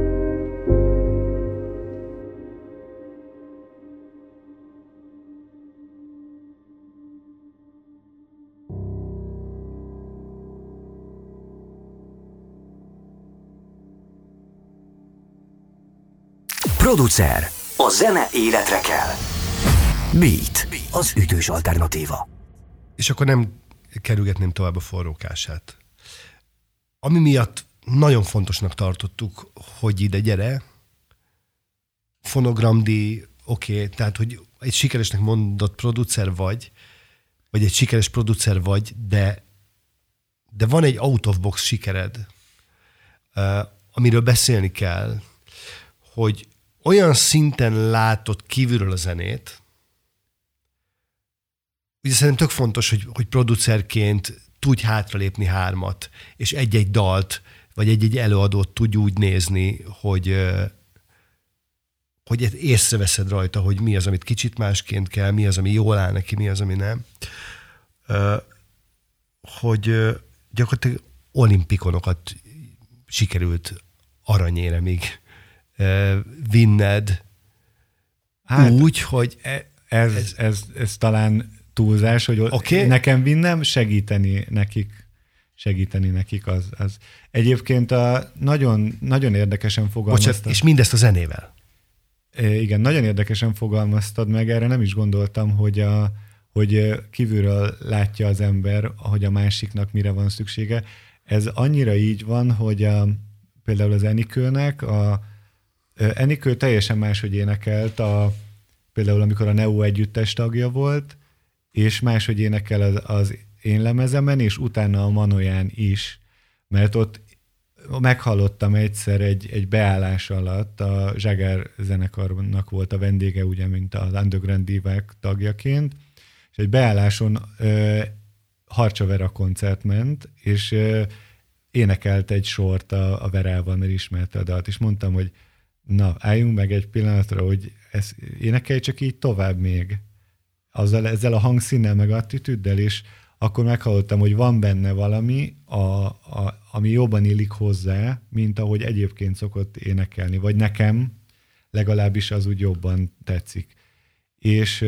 Producer. A zene életre kell. Beat. Az ütős alternatíva. És akkor nem kerülgetném tovább a forrókását. Ami miatt nagyon fontosnak tartottuk, hogy ide gyere, fonogramdíj, oké, okay, tehát, hogy egy sikeresnek mondott producer vagy, vagy egy sikeres producer vagy, de, de van egy out of box sikered, uh, amiről beszélni kell, hogy olyan szinten látod kívülről a zenét, ugye szerintem tök fontos, hogy, hogy producerként tudj hátralépni hármat, és egy-egy dalt, vagy egy-egy előadót tudj úgy nézni, hogy, hogy észreveszed rajta, hogy mi az, amit kicsit másként kell, mi az, ami jól áll neki, mi az, ami nem. Hogy gyakorlatilag olimpikonokat sikerült aranyéremig vinned, hát, úgy, hogy ez, ez, ez, ez talán túlzás, hogy okay. nekem vinnem, segíteni nekik, segíteni nekik az. az. Egyébként a nagyon, nagyon érdekesen fogalmaztad. Bocsánat, és mindezt a zenével. Igen, nagyon érdekesen fogalmaztad meg, erre nem is gondoltam, hogy, a, hogy kívülről látja az ember, hogy a másiknak mire van szüksége. Ez annyira így van, hogy a, például az Enikőnek, a Enikő teljesen máshogy énekelt, a, például amikor a Neo együttes tagja volt, és máshogy énekel az, az én lemezemen, és utána a Manolyán is, mert ott meghallottam egyszer egy, egy beállás alatt, a Zságár zenekarnak volt a vendége, ugye, mint az Underground Divák tagjaként, és egy beálláson ö, Harcsa Vera koncert ment, és ö, énekelt egy sort a, a Verával, mert ismerte a dalt, és mondtam, hogy na, álljunk meg egy pillanatra, hogy ezt énekelj csak így tovább még. Azzal, ezzel a hangszínnel, meg attitűddel, és akkor meghallottam, hogy van benne valami, a, a, ami jobban illik hozzá, mint ahogy egyébként szokott énekelni, vagy nekem legalábbis az úgy jobban tetszik. És,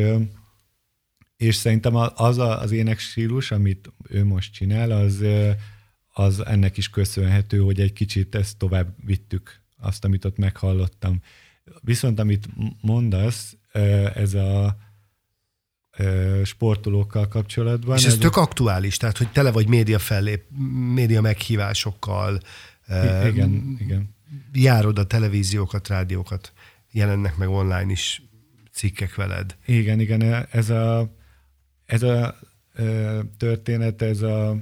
és szerintem az a, az énekstílus, amit ő most csinál, az, az ennek is köszönhető, hogy egy kicsit ezt tovább vittük, azt, amit ott meghallottam. Viszont amit mondasz, ez a sportolókkal kapcsolatban. És ez, ez tök aktuális, tehát, hogy tele vagy média fellép, média meghívásokkal. I- igen, igen. Járod a televíziókat, rádiókat, jelennek meg online is cikkek veled. Igen, igen, ez a, ez a történet, ez a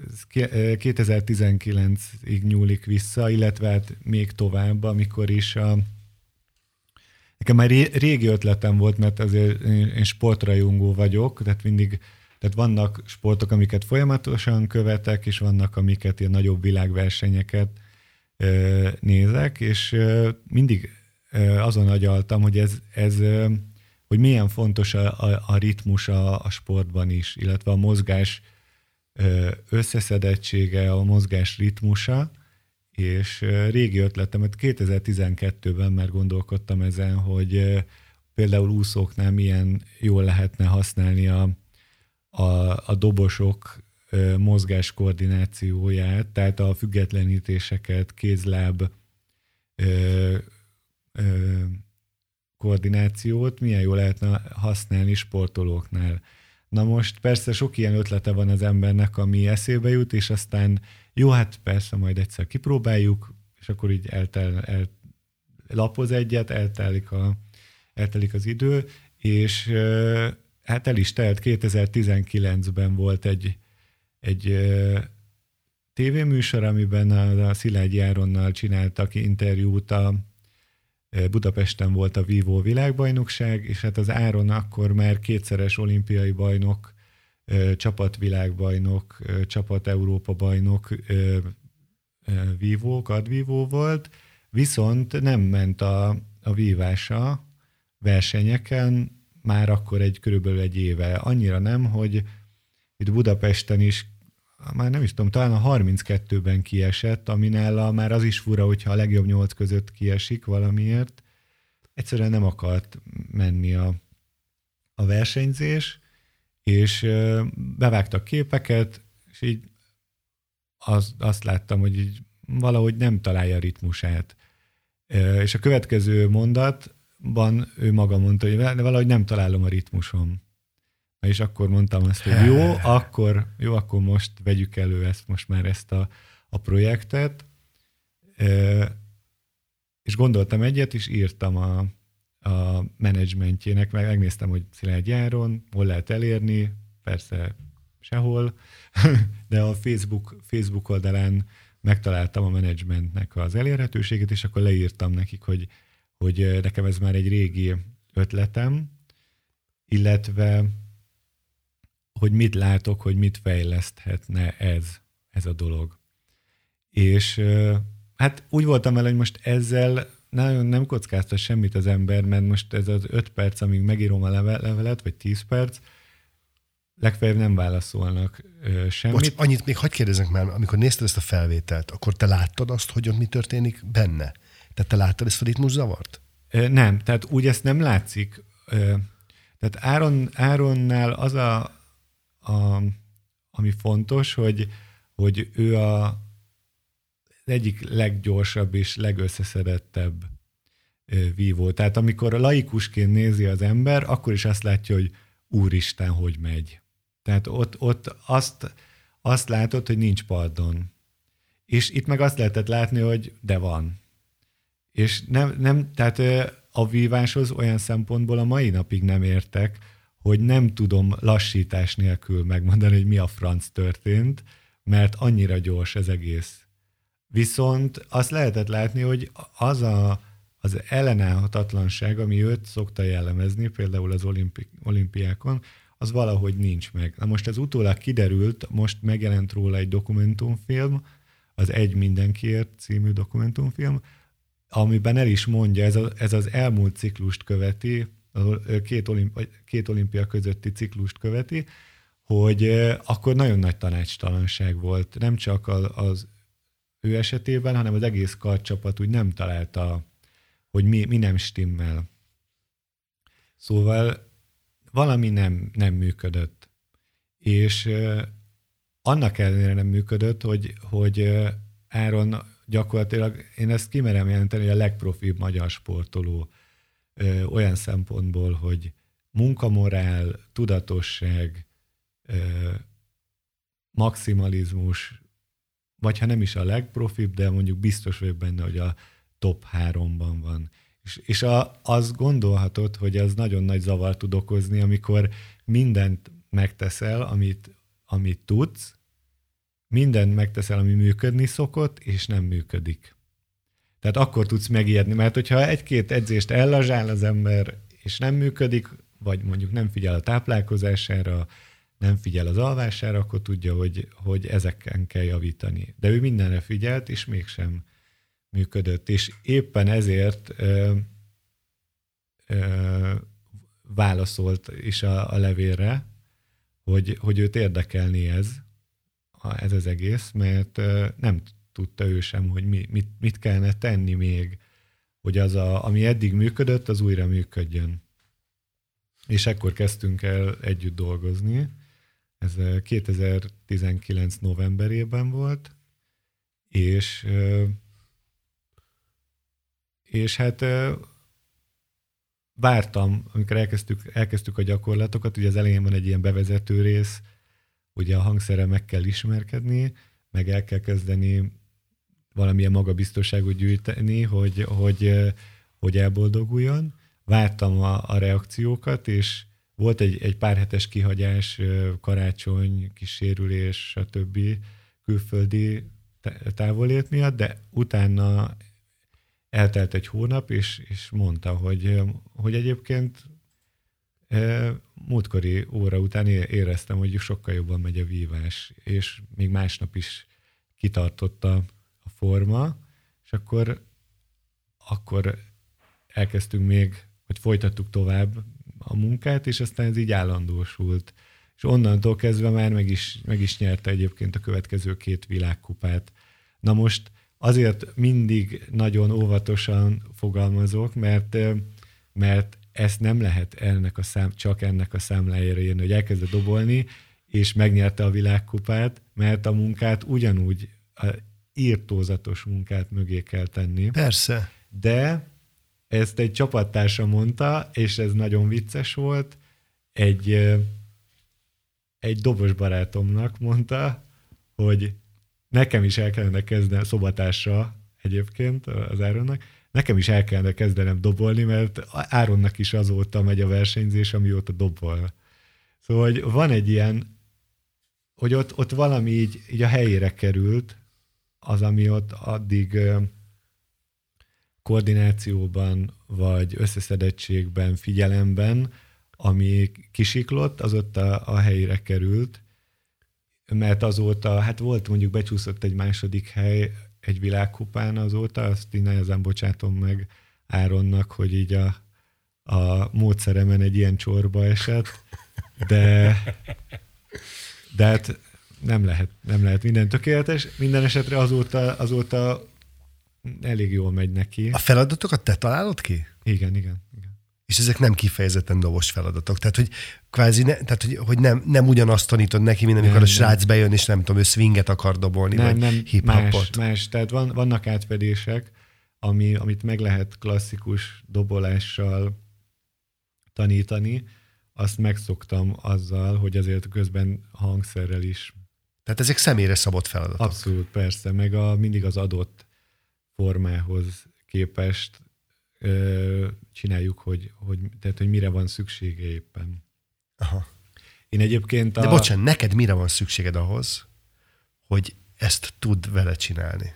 kétezer-tizenkilencig nyúlik vissza, illetve hát még tovább, amikor is a nekem már régi ötletem volt, mert azért én sportrajongó vagyok, tehát mindig, tehát vannak sportok, amiket folyamatosan követek, és vannak, amiket ilyen nagyobb világversenyeket ö, nézek, és ö, mindig ö, azon agyaltam, hogy ez, ez ö, hogy milyen fontos a, a, a ritmus a, a sportban is, illetve a mozgás ö, összeszedettsége, a mozgás ritmusa, és régi ötletem, mert kétezer-tizenkettőben már gondolkodtam ezen, hogy például úszóknál milyen jól lehetne használni a, a, a dobosok mozgás koordinációját, tehát a függetlenítéseket, kézláb ö, ö, koordinációt milyen jól lehetne használni sportolóknál. Na most persze sok ilyen ötlete van az embernek, ami eszébe jut, és aztán jó, hát persze majd egyszer kipróbáljuk, és akkor így eltel, el, lapoz egyet, eltelik, a, eltelik az idő, és hát el is telt. kétezer-tizenkilencben volt egy, egy tévéműsor, amiben a, a Szilágyi Áronnal csináltak interjút, a Budapesten volt a Vívó világbajnokság, és hát az Áron akkor már kétszeres olimpiai bajnok, csapatvilágbajnok, csapat Európa bajnok vívó, kadvívó volt, viszont nem ment a, a vívása, versenyeken már akkor egy körülbelül egy éve. Annyira nem, hogy itt Budapesten is, már nem is tudom, talán a harminckettőben kiesett, ami nála már az is fura, hogyha a legjobb nyolc között kiesik valamiért. Egyszerűen nem akart menni a, a versenyzés, és bevágtak képeket, és így az, azt láttam, hogy így valahogy nem találja a ritmusát. És a következő mondatban ő maga mondta, hogy de valahogy nem találom a ritmusom. És akkor mondtam azt, hogy jó, akkor, jó, akkor most vegyük elő ezt, most már ezt a, a projektet. És gondoltam egyet, és írtam a, a menedzsmentjének, meg megnéztem, hogy Szilágy Áron, hol lehet elérni, persze sehol, de a Facebook, Facebook oldalán megtaláltam a menedzsmentnek az elérhetőségét, és akkor leírtam nekik, hogy, hogy nekem ez már egy régi ötletem, illetve hogy mit látok, hogy mit fejleszthetne ez, ez a dolog. És hát úgy voltam vele, hogy most ezzel nagyon nem kockáztat semmit az ember, mert most ez az öt perc, amíg megírom a levelet, vagy tíz perc, legfeljebb nem válaszolnak ö, semmit. Bocs, annyit még hadd kérdezek már, amikor nézted ezt a felvételt, akkor te láttad azt, hogy ott mi történik benne? Tehát te láttad ezt a ritmuszavart? Ö, nem, tehát úgy ezt nem látszik. Ö, tehát Áron, Áronnál az a, a, ami fontos, hogy, hogy ő a, az egyik leggyorsabb és legösszeszedettebb ö, vívó. Tehát amikor laikusként nézi az ember, akkor is azt látja, hogy úristen, hogy megy. Tehát ott, ott azt, azt látod, hogy nincs pardon. És itt meg azt lehetett látni, hogy de van. És nem, nem, tehát a víváshoz olyan szempontból a mai napig nem értek, hogy nem tudom lassítás nélkül megmondani, hogy mi a franc történt, mert annyira gyors ez egész. Viszont azt lehetett látni, hogy az a, az ellenállhatatlanság, ami őt szokta jellemezni, például az olimpi, olimpiákon, az valahogy nincs meg. Na most ez utólag kiderült, most megjelent róla egy dokumentumfilm, az Egy mindenkiért című dokumentumfilm, amiben el is mondja, ez, a, ez az elmúlt ciklust követi, két, olimpi, két olimpia közötti ciklust követi, hogy akkor nagyon nagy tanácstalanság volt. Nem csak az ő esetében, hanem az egész karcsapat úgy nem találta, hogy mi, mi nem stimmel. Szóval valami nem, nem működött. És uh, annak ellenére nem működött, hogy, hogy uh, Áron gyakorlatilag, én ezt kimerem jelenteni, hogy a legprofibb magyar sportoló uh, olyan szempontból, hogy munkamorál, tudatosság, uh, maximalizmus, vagy ha nem is a legprofibb, de mondjuk biztos vagyok benne, hogy a top háromban van. És, és a, azt gondolhatod, hogy az nagyon nagy zavart tud okozni, amikor mindent megteszel, amit, amit tudsz, mindent megteszel, ami működni szokott, és nem működik. Tehát akkor tudsz megijedni, mert hogyha egy-két edzést ellazsál az ember, és nem működik, vagy mondjuk nem figyel a táplálkozására, nem figyel az alvására, akkor tudja, hogy, hogy ezeken kell javítani. De ő mindenre figyelt, és mégsem működött. És éppen ezért ö, ö, válaszolt is a, a levélre, hogy, hogy őt érdekelni ez, ez az egész, mert ö, nem tudta ő sem, hogy mi, mit, mit kellene tenni még, hogy az, a, ami eddig működött, az újra működjön. És ekkor kezdtünk el együtt dolgozni. Ez kétezer-tizenkilenc novemberében volt, és és hát vártam, amikor elkezdtük, elkezdtük a gyakorlatokat, ugye az elején van egy ilyen bevezető rész, ugye a hangszerrel meg kell ismerkedni, meg el kell kezdeni valamilyen magabiztosságot gyűjteni, hogy, hogy, hogy elboldoguljon. Vártam a, a reakciókat, és volt egy, egy pár hetes kihagyás, karácsony, kis sérülés, stb. Külföldi távolét miatt, de utána eltelt egy hónap, és, és mondta, hogy, hogy egyébként múltkori óra után éreztem, hogy sokkal jobban megy a vívás, és még másnap is kitartott a, a forma, és akkor, akkor elkezdtünk még, hogy folytattuk tovább a munkát, és aztán ez így állandósult. És onnantól kezdve már meg is, meg is nyerte egyébként a következő két világkupát. Na most azért mindig nagyon óvatosan fogalmazok, mert, mert ezt nem lehet ennek a szám, csak ennek a számlájára írni, hogy elkezdte dobolni, és megnyerte a világkupát, mert a munkát ugyanúgy, a írtózatos munkát mögé kell tenni. Persze. De ezt egy csapattársa mondta, és ez nagyon vicces volt, egy, egy dobos barátomnak mondta, hogy nekem is el kellene kezdeni, szobatársa egyébként az Áronnak, nekem is el kellene kezdenem dobolni, mert Áronnak is azóta megy a versenyzés, amióta dobol. Szóval hogy van egy ilyen, hogy ott, ott valami így, így a helyére került, az, ami ott addig koordinációban, vagy összeszedettségben, figyelemben, ami kisiklott, az ott a, a helyére került, mert azóta, hát volt mondjuk becsúszott egy második hely egy világkupán azóta, azt így nehezen bocsátom meg Áronnak, hogy így a, a módszeremen egy ilyen csorba esett, de, de hát nem lehet, nem lehet minden tökéletes. Minden esetre azóta, azóta elég jól megy neki. A feladatokat te találod ki? Igen, igen, igen. És ezek nem kifejezetten dobos feladatok. Tehát, hogy kvázi ne, tehát, hogy, hogy nem, nem ugyanazt tanítod neki, mint amikor nem, a srác nem. bejön, és nem tudom, ő swinget akar dobolni, nem, vagy nem, hip-hopot. Más, más. Tehát van, vannak átfedések, ami, amit meg lehet klasszikus dobolással tanítani. Azt megszoktam azzal, hogy azért közben hangszerrel is. Tehát ezek személyre szabott feladatok. Abszolút, persze. Meg a, mindig az adott formához képest ö, csináljuk, hogy, hogy, tehát, hogy mire van szüksége éppen. Aha. Én egyébként a... De bocsánat, neked mire van szükséged ahhoz, hogy ezt tud vele csinálni?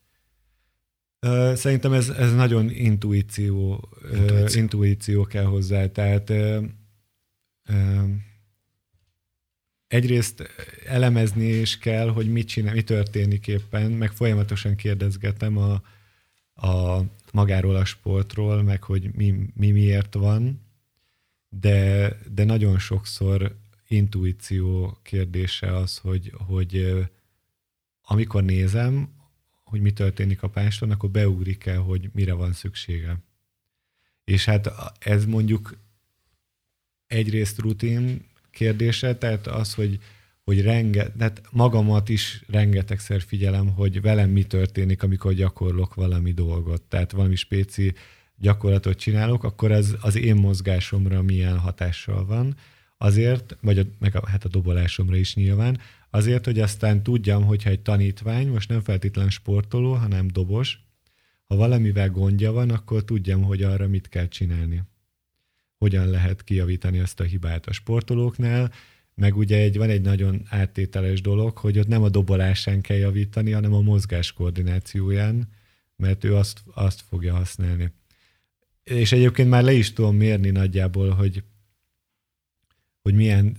Ö, szerintem ez, ez nagyon intuíció, intuíció. Ö, intuíció kell hozzá. Tehát ö, ö, egyrészt elemezni is kell, hogy mit csinál, mi történik éppen, meg folyamatosan kérdezgetem a, a magáról a sportról, meg hogy mi, mi miért van, de, de nagyon sokszor intuíció kérdése az, hogy, hogy amikor nézem, hogy mi történik a páston, akkor beugrik el, hogy mire van szüksége. És hát ez mondjuk egyrészt rutin kérdése, tehát az, hogy, hogy renge, tehát magamat is rengetegszer figyelem, hogy velem mi történik, amikor gyakorlok valami dolgot. Tehát valami spéci gyakorlatot csinálok, akkor az, az én mozgásomra milyen hatással van. Azért, vagy a, meg a, hát a dobolásomra is nyilván, azért, hogy aztán tudjam, hogyha egy tanítvány, most nem feltétlenül sportoló, hanem dobos, ha valamivel gondja van, akkor tudjam, hogy arra mit kell csinálni. Hogyan lehet kijavítani azt a hibát a sportolóknál, meg ugye egy, van egy nagyon áttételes dolog, hogy ott nem a dobolásán kell javítani, hanem a mozgás koordinációján, mert ő azt, azt fogja használni. És egyébként már le is tudom mérni nagyjából, hogy, hogy milyen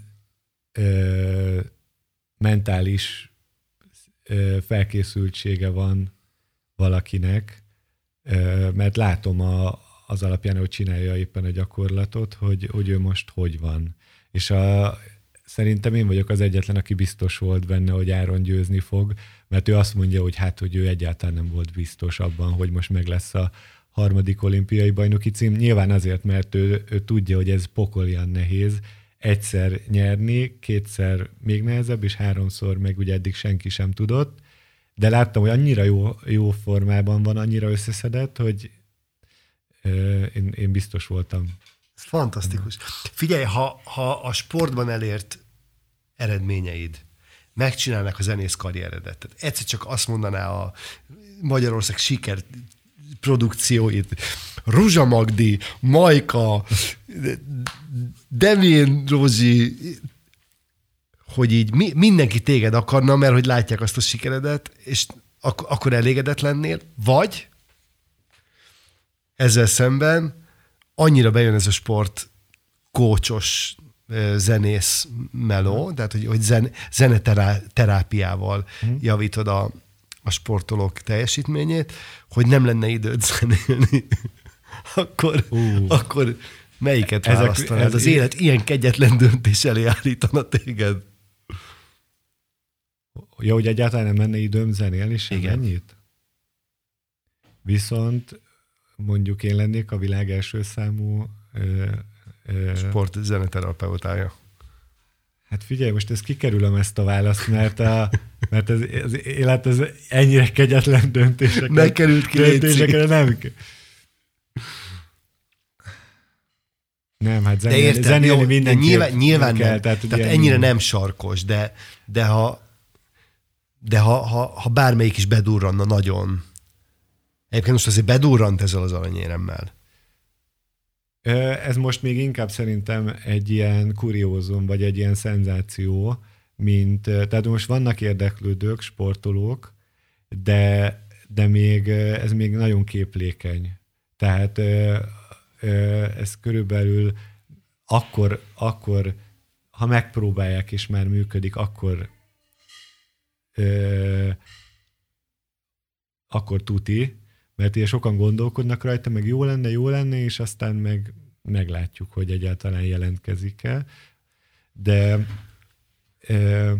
ö, mentális ö, felkészültsége van valakinek, ö, mert látom a az alapján, hogy csinálja éppen a gyakorlatot, hogy, hogy ő most hogy van. És a, szerintem én vagyok az egyetlen, aki biztos volt benne, hogy Áron győzni fog, mert ő azt mondja, hogy hát, hogy ő egyáltalán nem volt biztos abban, hogy most meg lesz a harmadik olimpiai bajnoki cím. Nyilván azért, mert ő, ő tudja, hogy ez pokolian nehéz. Egyszer nyerni, kétszer még nehezebb, és háromszor meg ugye eddig senki sem tudott. De láttam, hogy annyira jó, jó formában van, annyira összeszedett, hogy Én, én biztos voltam. Ez fantasztikus. Figyelj, ha, ha a sportban elért eredményeid megcsinálnak a zenész karrieredet, tehát egyszer csak azt mondaná a Magyarország siker produkcióit, Ruzsa Magdi, Majka, Demén Rózsi, hogy így mi, mindenki téged akarna, mert hogy látják azt a sikeredet, és ak- akkor elégedett lennél, vagy ezzel szemben annyira bejön ez a sport kócsos zenész meló, tehát hogy, hogy zen, zeneterápiával uh-huh. javítod a, a sportolók teljesítményét, hogy nem lenne időd zenélni. akkor, uh. akkor melyiket Ezek, választanád? ez az élet ilyen kegyetlen döntés elé állítana téged? Ja, hogy egyáltalán nem menne időm zenélni sem Igen. ennyit? Viszont mondjuk én lennék a világ első számú ö, ö, Sport zeneterapeutája. Hát figyelj, most ezt kikerülöm ezt a választ, mert, a, mert az, az élet az ennyire kegyetlen döntéseket. Ne került ki, döntésekre nem. Nem, hát zenélni, értem, zenélni jó, mindenki nyilván, nyilván kell. nem, Tehát, tehát ennyire minden... nem sarkos, de, de, ha, de ha, ha, ha bármelyik is bedurranna nagyon. Egyébként most azért bedurrant ezzel az aranyéremmel. Ez most még inkább szerintem egy ilyen kuriózum, vagy egy ilyen szenzáció, mint, tehát most vannak érdeklődők, sportolók, de, de még, ez még nagyon képlékeny. Tehát ez körülbelül akkor, akkor, ha megpróbálják és már működik, akkor akkor tuti, mert ilyen sokan gondolkodnak rajta, meg jó lenne, jó lenne, és aztán meg meglátjuk, hogy egyáltalán jelentkezik-e. De e,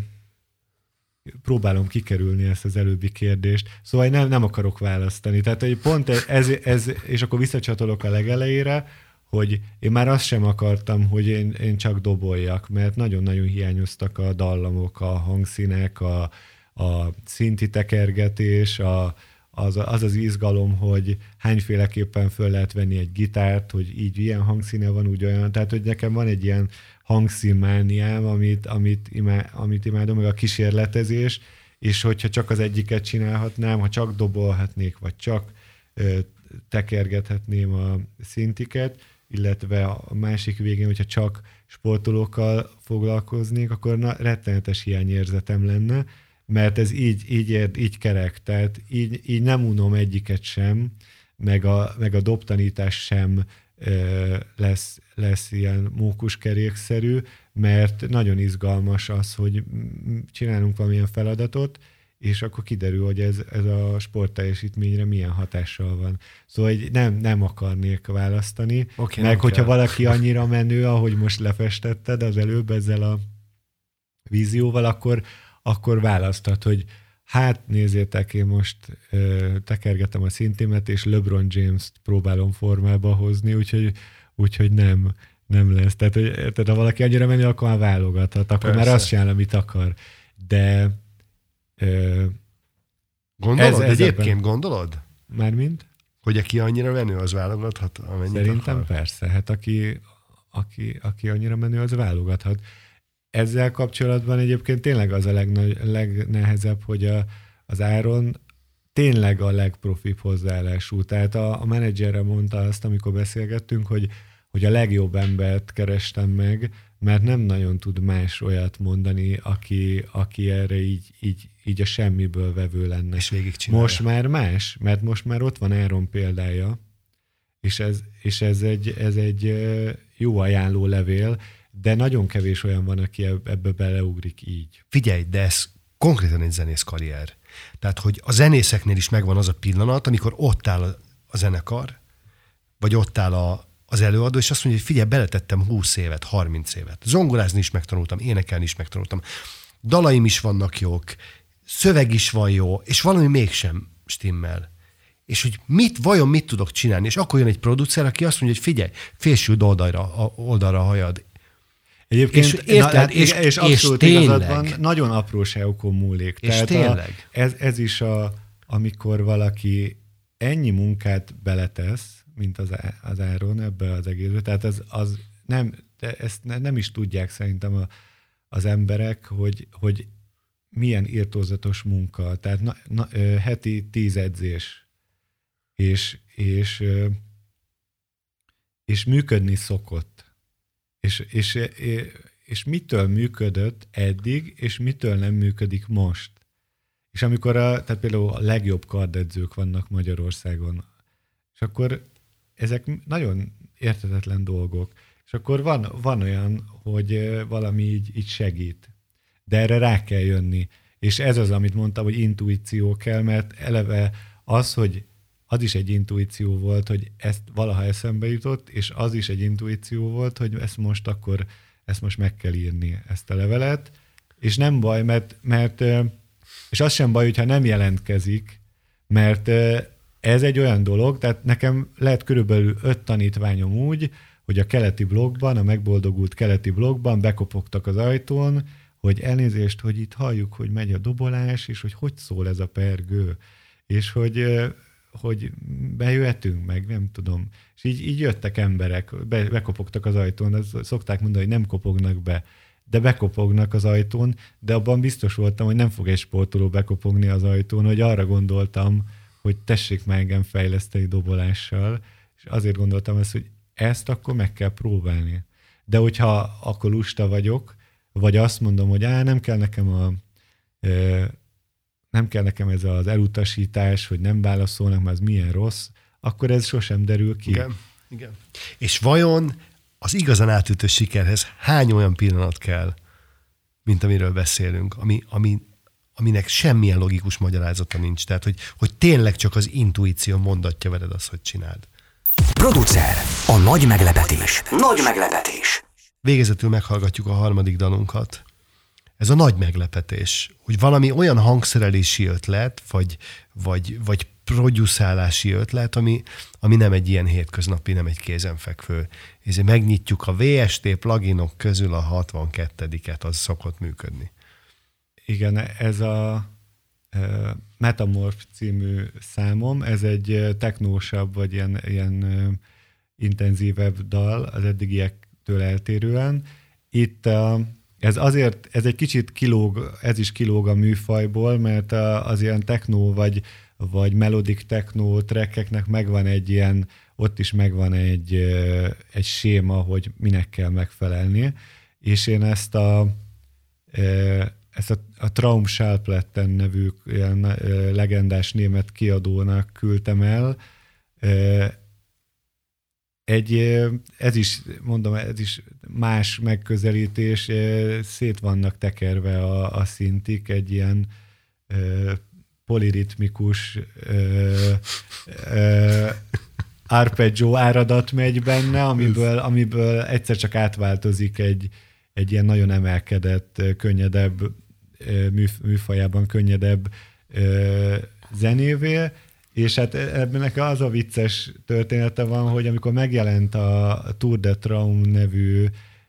próbálom kikerülni ezt az előbbi kérdést. Szóval nem, nem akarok választani. Tehát hogy pont ez, ez, és akkor visszacsatolok a legelejére, hogy én már azt sem akartam, hogy én, én csak doboljak, mert nagyon-nagyon hiányoztak a dallamok, a hangszínek, a, a szinti tekergetés, a Az, az az izgalom, hogy hányféleképpen föl lehet venni egy gitárt, hogy így ilyen hangszíne van, úgy olyan. Tehát, hogy nekem van egy ilyen hangszínmániám, amit, amit, imá, amit imádom, meg a kísérletezés, és hogyha csak az egyiket csinálhatnám, ha csak dobolhatnék, vagy csak ö, tekergethetném a szintiket, illetve a másik végén, hogyha csak sportolókkal foglalkoznék, akkor na, rettenetes hiányérzetem lenne, mert ez így, így, ér, így kerek, tehát így, így nem unom egyiket sem, meg a, meg a dobtanítás sem ö, lesz, lesz ilyen mókuskerékszerű, mert nagyon izgalmas az, hogy csinálunk valamilyen feladatot, és akkor kiderül, hogy ez, ez a sportteljesítményre milyen hatással van. Szóval nem, nem akarnék választani, okay, meg hogyha kell. Valaki annyira menő, ahogy most lefestetted az előbb ezzel a vízióval, akkor akkor választhat, hogy hát nézzétek, én most ö, tekergetem a szintimet, és LeBron James-t próbálom formába hozni, úgyhogy, úgyhogy nem, nem lesz. Tehát, hogy, tehát ha valaki annyira menő, akkor már válogathat, akkor Persze. már azt csinál, amit akar. De ö, gondolod? Ez, ez egyébként ebben... gondolod? Mármint? Hogy aki annyira menő, az válogathat, amennyit Szerintem akar? Persze. Hát aki, aki, aki annyira menő, az válogathat. Ezzel kapcsolatban egyébként tényleg az a legnagy, legnehezebb, hogy a, az Áron tényleg a legprofibb hozzáállású. Tehát a, a menedzserre mondta azt, amikor beszélgettünk, hogy, hogy a legjobb embert kerestem meg, mert nem nagyon tud más olyat mondani, aki, aki erre így, így, így a semmiből vevő lenne. És végigcsinálja. Most már más, mert most már ott van Áron példája, és ez, és ez egy, ez egy jó ajánló levél, de nagyon kevés olyan van, aki ebbe beleugrik így. Figyelj, de ez konkrétan egy zenész karrier. Tehát, hogy a zenészeknél is megvan az a pillanat, amikor ott áll a zenekar, vagy ott áll a, az előadó, és azt mondja, hogy figyelj, beletettem húsz évet, harminc évet. Zongorázni is megtanultam, énekelni is megtanultam. Dalaim is vannak jók, szöveg is van jó, és valami mégsem stimmel. És hogy mit, vajon mit tudok csinálni? És akkor jön egy producer, aki azt mondja, hogy figyelj, félsőd oldalra, oldalra a hajad. Egyébként, és, érted, na, és, és abszolút és igazad van, nagyon apróságokon múlik. És Tehát tényleg. A, ez, ez is, a, amikor valaki ennyi munkát beletesz, mint az, az Áron ebbe az egészbe, tehát ez, az nem, ezt nem is tudják szerintem a, az emberek, hogy, hogy milyen irtózatos munka. Tehát na, na, heti tíz edzés, és, és, és működni szokott. És, és, és mitől működött eddig, és mitől nem működik most. És amikor a, tehát például a legjobb kardedzők vannak Magyarországon, és akkor ezek nagyon érthetetlen dolgok. És akkor van, van olyan, hogy valami így, így segít. De erre rá kell jönni. És ez az, amit mondtam, hogy intuíció kell, mert eleve az, hogy az is egy intuíció volt, hogy ezt valaha eszembe jutott, és az is egy intuíció volt, hogy ezt most akkor, ezt most meg kell írni, ezt a levelet, és nem baj, mert, mert és az sem baj, hogyha nem jelentkezik, mert ez egy olyan dolog, tehát nekem lehet körülbelül öt tanítványom úgy, hogy a keleti blogban, a megboldogult keleti blogban bekopogtak az ajtón, hogy elnézést, hogy itt halljuk, hogy megy a dobolás, és hogy hogy szól ez a pergő, és hogy, hogy bejöhetünk meg, nem tudom. És így, így jöttek emberek, be, bekopogtak az ajtón, azt szokták mondani, hogy nem kopognak be, de bekopognak az ajtón, de abban biztos voltam, hogy nem fog egy sportoló bekopogni az ajtón, hogy arra gondoltam, hogy tessék már engem fejleszteni dobolással, és azért gondoltam ezt, hogy ezt akkor meg kell próbálni. De hogyha akkor lusta vagyok, vagy azt mondom, hogy á, nem kell nekem a e, nem kell nekem ez az elutasítás, hogy nem válaszolnak, mert az milyen rossz, akkor ez sosem derül ki. Igen, igen. És vajon az igazán átütő sikerhez hány olyan pillanat kell, mint amiről beszélünk, ami, ami, aminek semmilyen logikus magyarázata nincs. Tehát, hogy, hogy tényleg csak az intuíció mondatja veled azt, hogy csináld. Producer, a nagy meglepetés. Nagy meglepetés. Végezetül meghallgatjuk a harmadik dalunkat. Ez a nagy meglepetés, hogy valami olyan hangszerelési ötlet, vagy, vagy, vagy produszálási ötlet, ami, ami nem egy ilyen hétköznapi, nem egy kézenfekvő. Ezért megnyitjuk a vé es té pluginok közül a hatvankettediket, az szokott működni. Igen, ez a uh, Metamorph című számom, ez egy technósabb, vagy ilyen, ilyen uh, intenzívebb dal az eddigiektől eltérően. Itt uh, ez azért, ez egy kicsit kilóg, ez is kilóg a műfajból, mert uh, az ilyen technó, vagy, vagy melodic technó trackeknek megvan egy ilyen, ott is megvan egy, uh, egy séma, hogy minek kell megfelelni, és én ezt a uh, ezt a, a Traumschallplatten nevű ilyen uh, legendás német kiadónak küldtem el. Uh, egy, uh, ez is, mondom, ez is más megközelítés, uh, szét vannak tekerve a, a szintik, egy ilyen uh, poliritmikus uh, uh, arpeggio áradat megy benne, amiből, amiből egyszer csak átváltozik egy, egy ilyen nagyon emelkedett, könnyedebb műfajában könnyedebb zenévé, és hát ebben az a vicces története van, hogy amikor megjelent a Tour de Traum nevű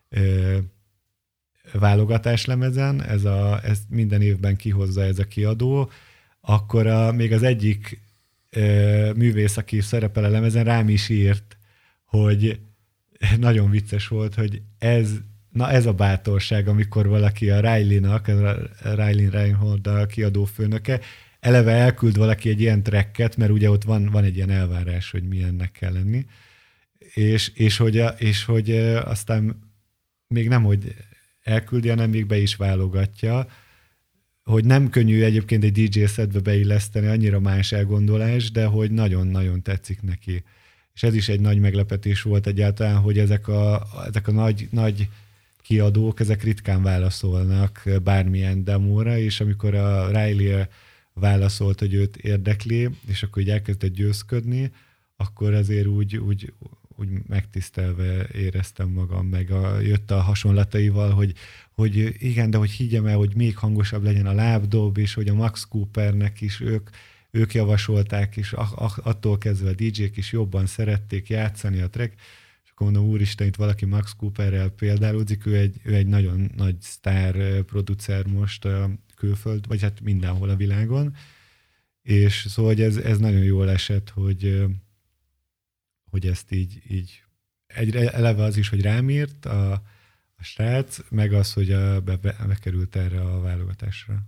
válogatáslemezen, ez, a, ez minden évben kihozza ez a kiadó, akkor a, még az egyik művész, aki szerepel a lemezen, rám is írt, hogy nagyon vicces volt, hogy ez Na ez a bátorság, amikor valaki a Riley-nak, a Riley Reinhold a kiadó főnöke, eleve elküld valaki egy ilyen tracket, mert ugye ott van, van egy ilyen elvárás, hogy milyennek kell lenni, és, és, hogy, és hogy aztán még nem, hogy elküldi, hanem még be is válogatja, hogy nem könnyű egyébként egy dé dzsé setbe beilleszteni, annyira más elgondolás, de hogy nagyon-nagyon tetszik neki. És ez is egy nagy meglepetés volt egyáltalán, hogy ezek a, ezek a nagy, nagy kiadók, ezek ritkán válaszolnak bármilyen demóra, és amikor a Riley válaszolt, hogy őt érdekli, és akkor így elkezdett győzködni, akkor azért úgy, úgy, úgy megtisztelve éreztem magam, meg a, jött a hasonlataival, hogy, hogy igen, de hogy higgyem el, hogy még hangosabb legyen a lábdob, és hogy a Max Coopernek is ők, ők javasolták, és attól kezdve a dé dzsék is jobban szerették játszani a track. Akkor mondom, úristen, itt valaki Max Cooperrel példálódzik, ő egy, ő egy nagyon nagy sztár producer most a külföld, vagy hát mindenhol a világon, és szóval hogy ez, ez nagyon jól esett, hogy, hogy ezt így, így egyre eleve az is, hogy rám írt a, a srác, meg az, hogy a, be, be, bekerült erre a válogatásra.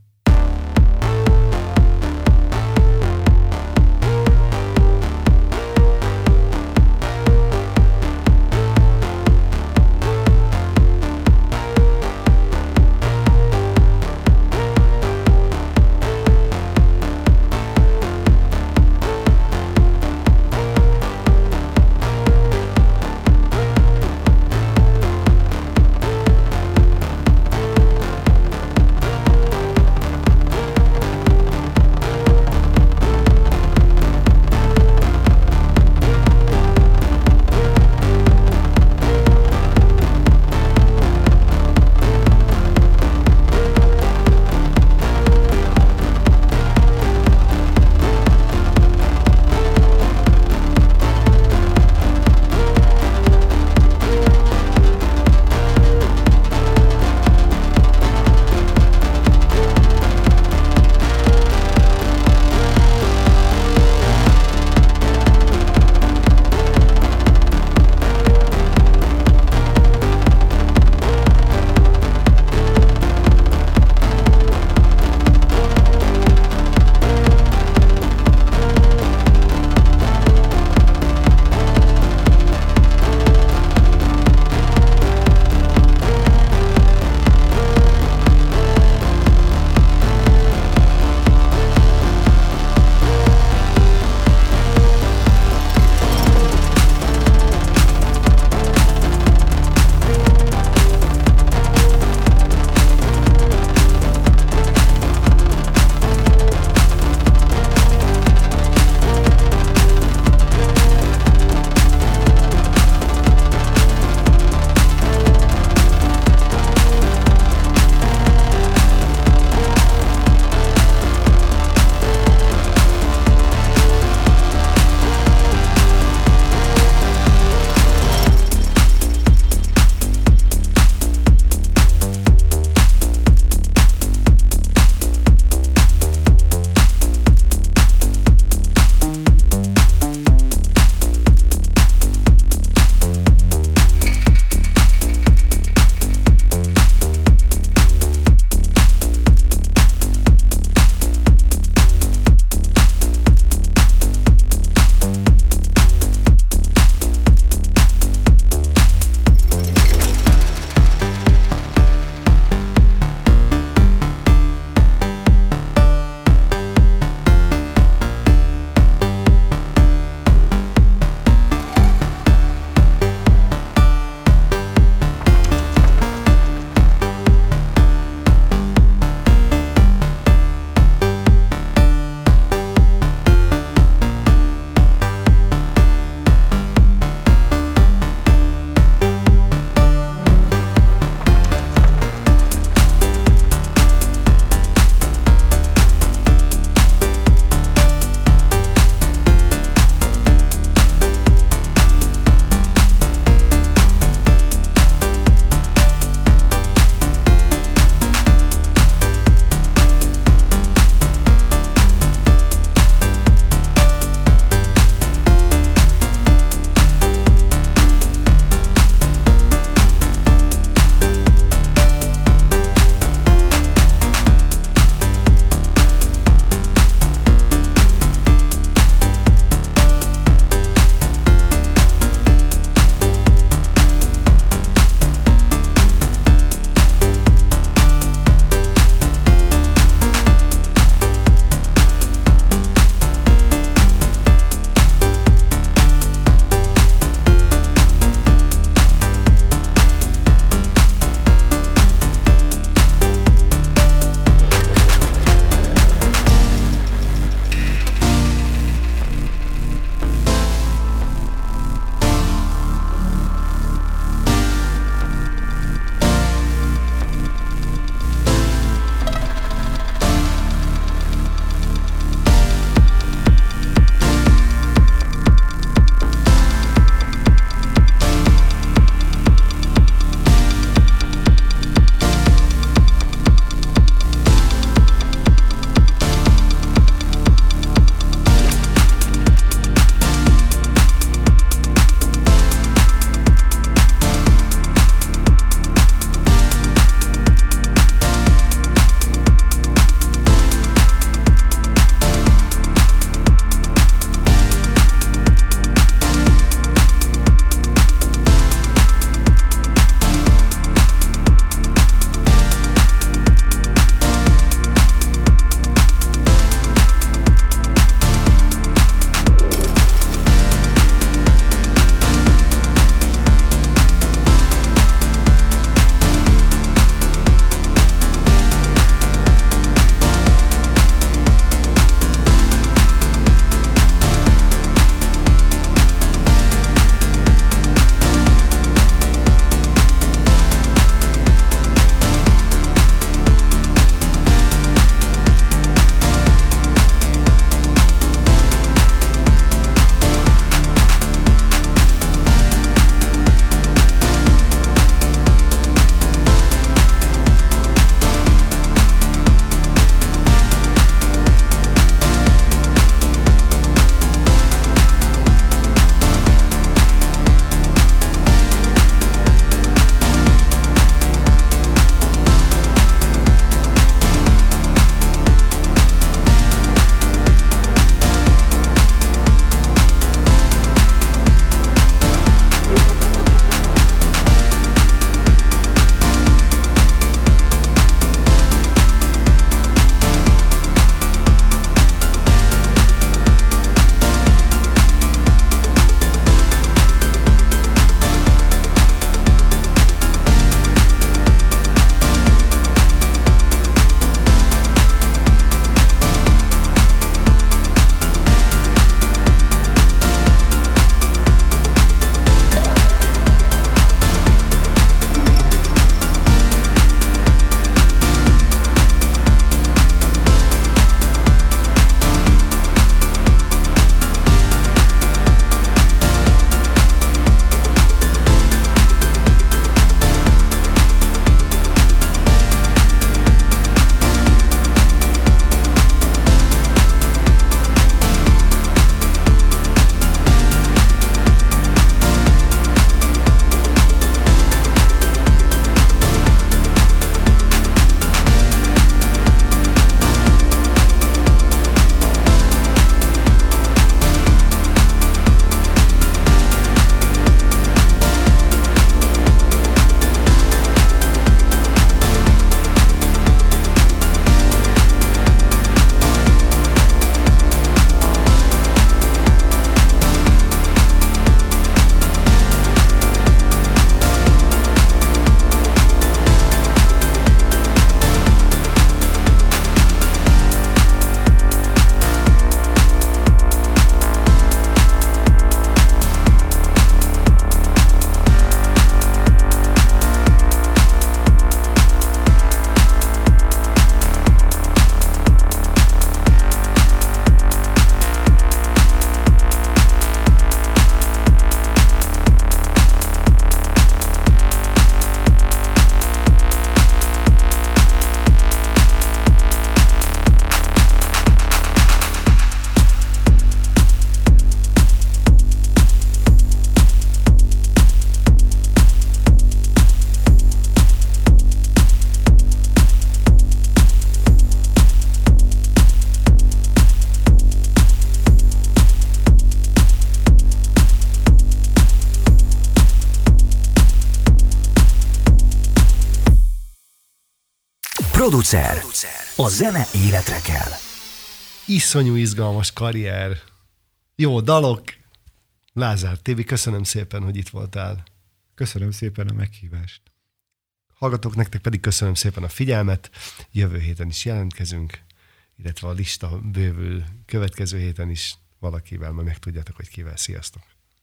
Producer. A zene életre kell. Iszonyú izgalmas karrier. Jó dalok. Lázár té vé, köszönöm szépen, hogy itt voltál. Köszönöm szépen a meghívást. Hallgatók, nektek pedig köszönöm szépen a figyelmet. Jövő héten is jelentkezünk, illetve a lista bővül következő héten is valakivel, majd megtudjátok, hogy kivel. Sziasztok!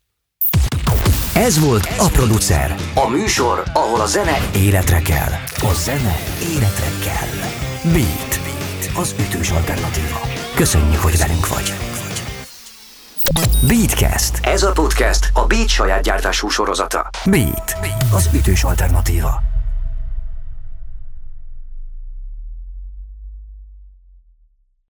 Ez volt a Producer. A műsor, ahol a zene életre kell. A zene életre kell. Beat. Az ütős alternatíva. Köszönjük, hogy velünk vagy. Beatcast. Ez a podcast a Beat saját gyártású sorozata. Beat. Az ütős alternatíva.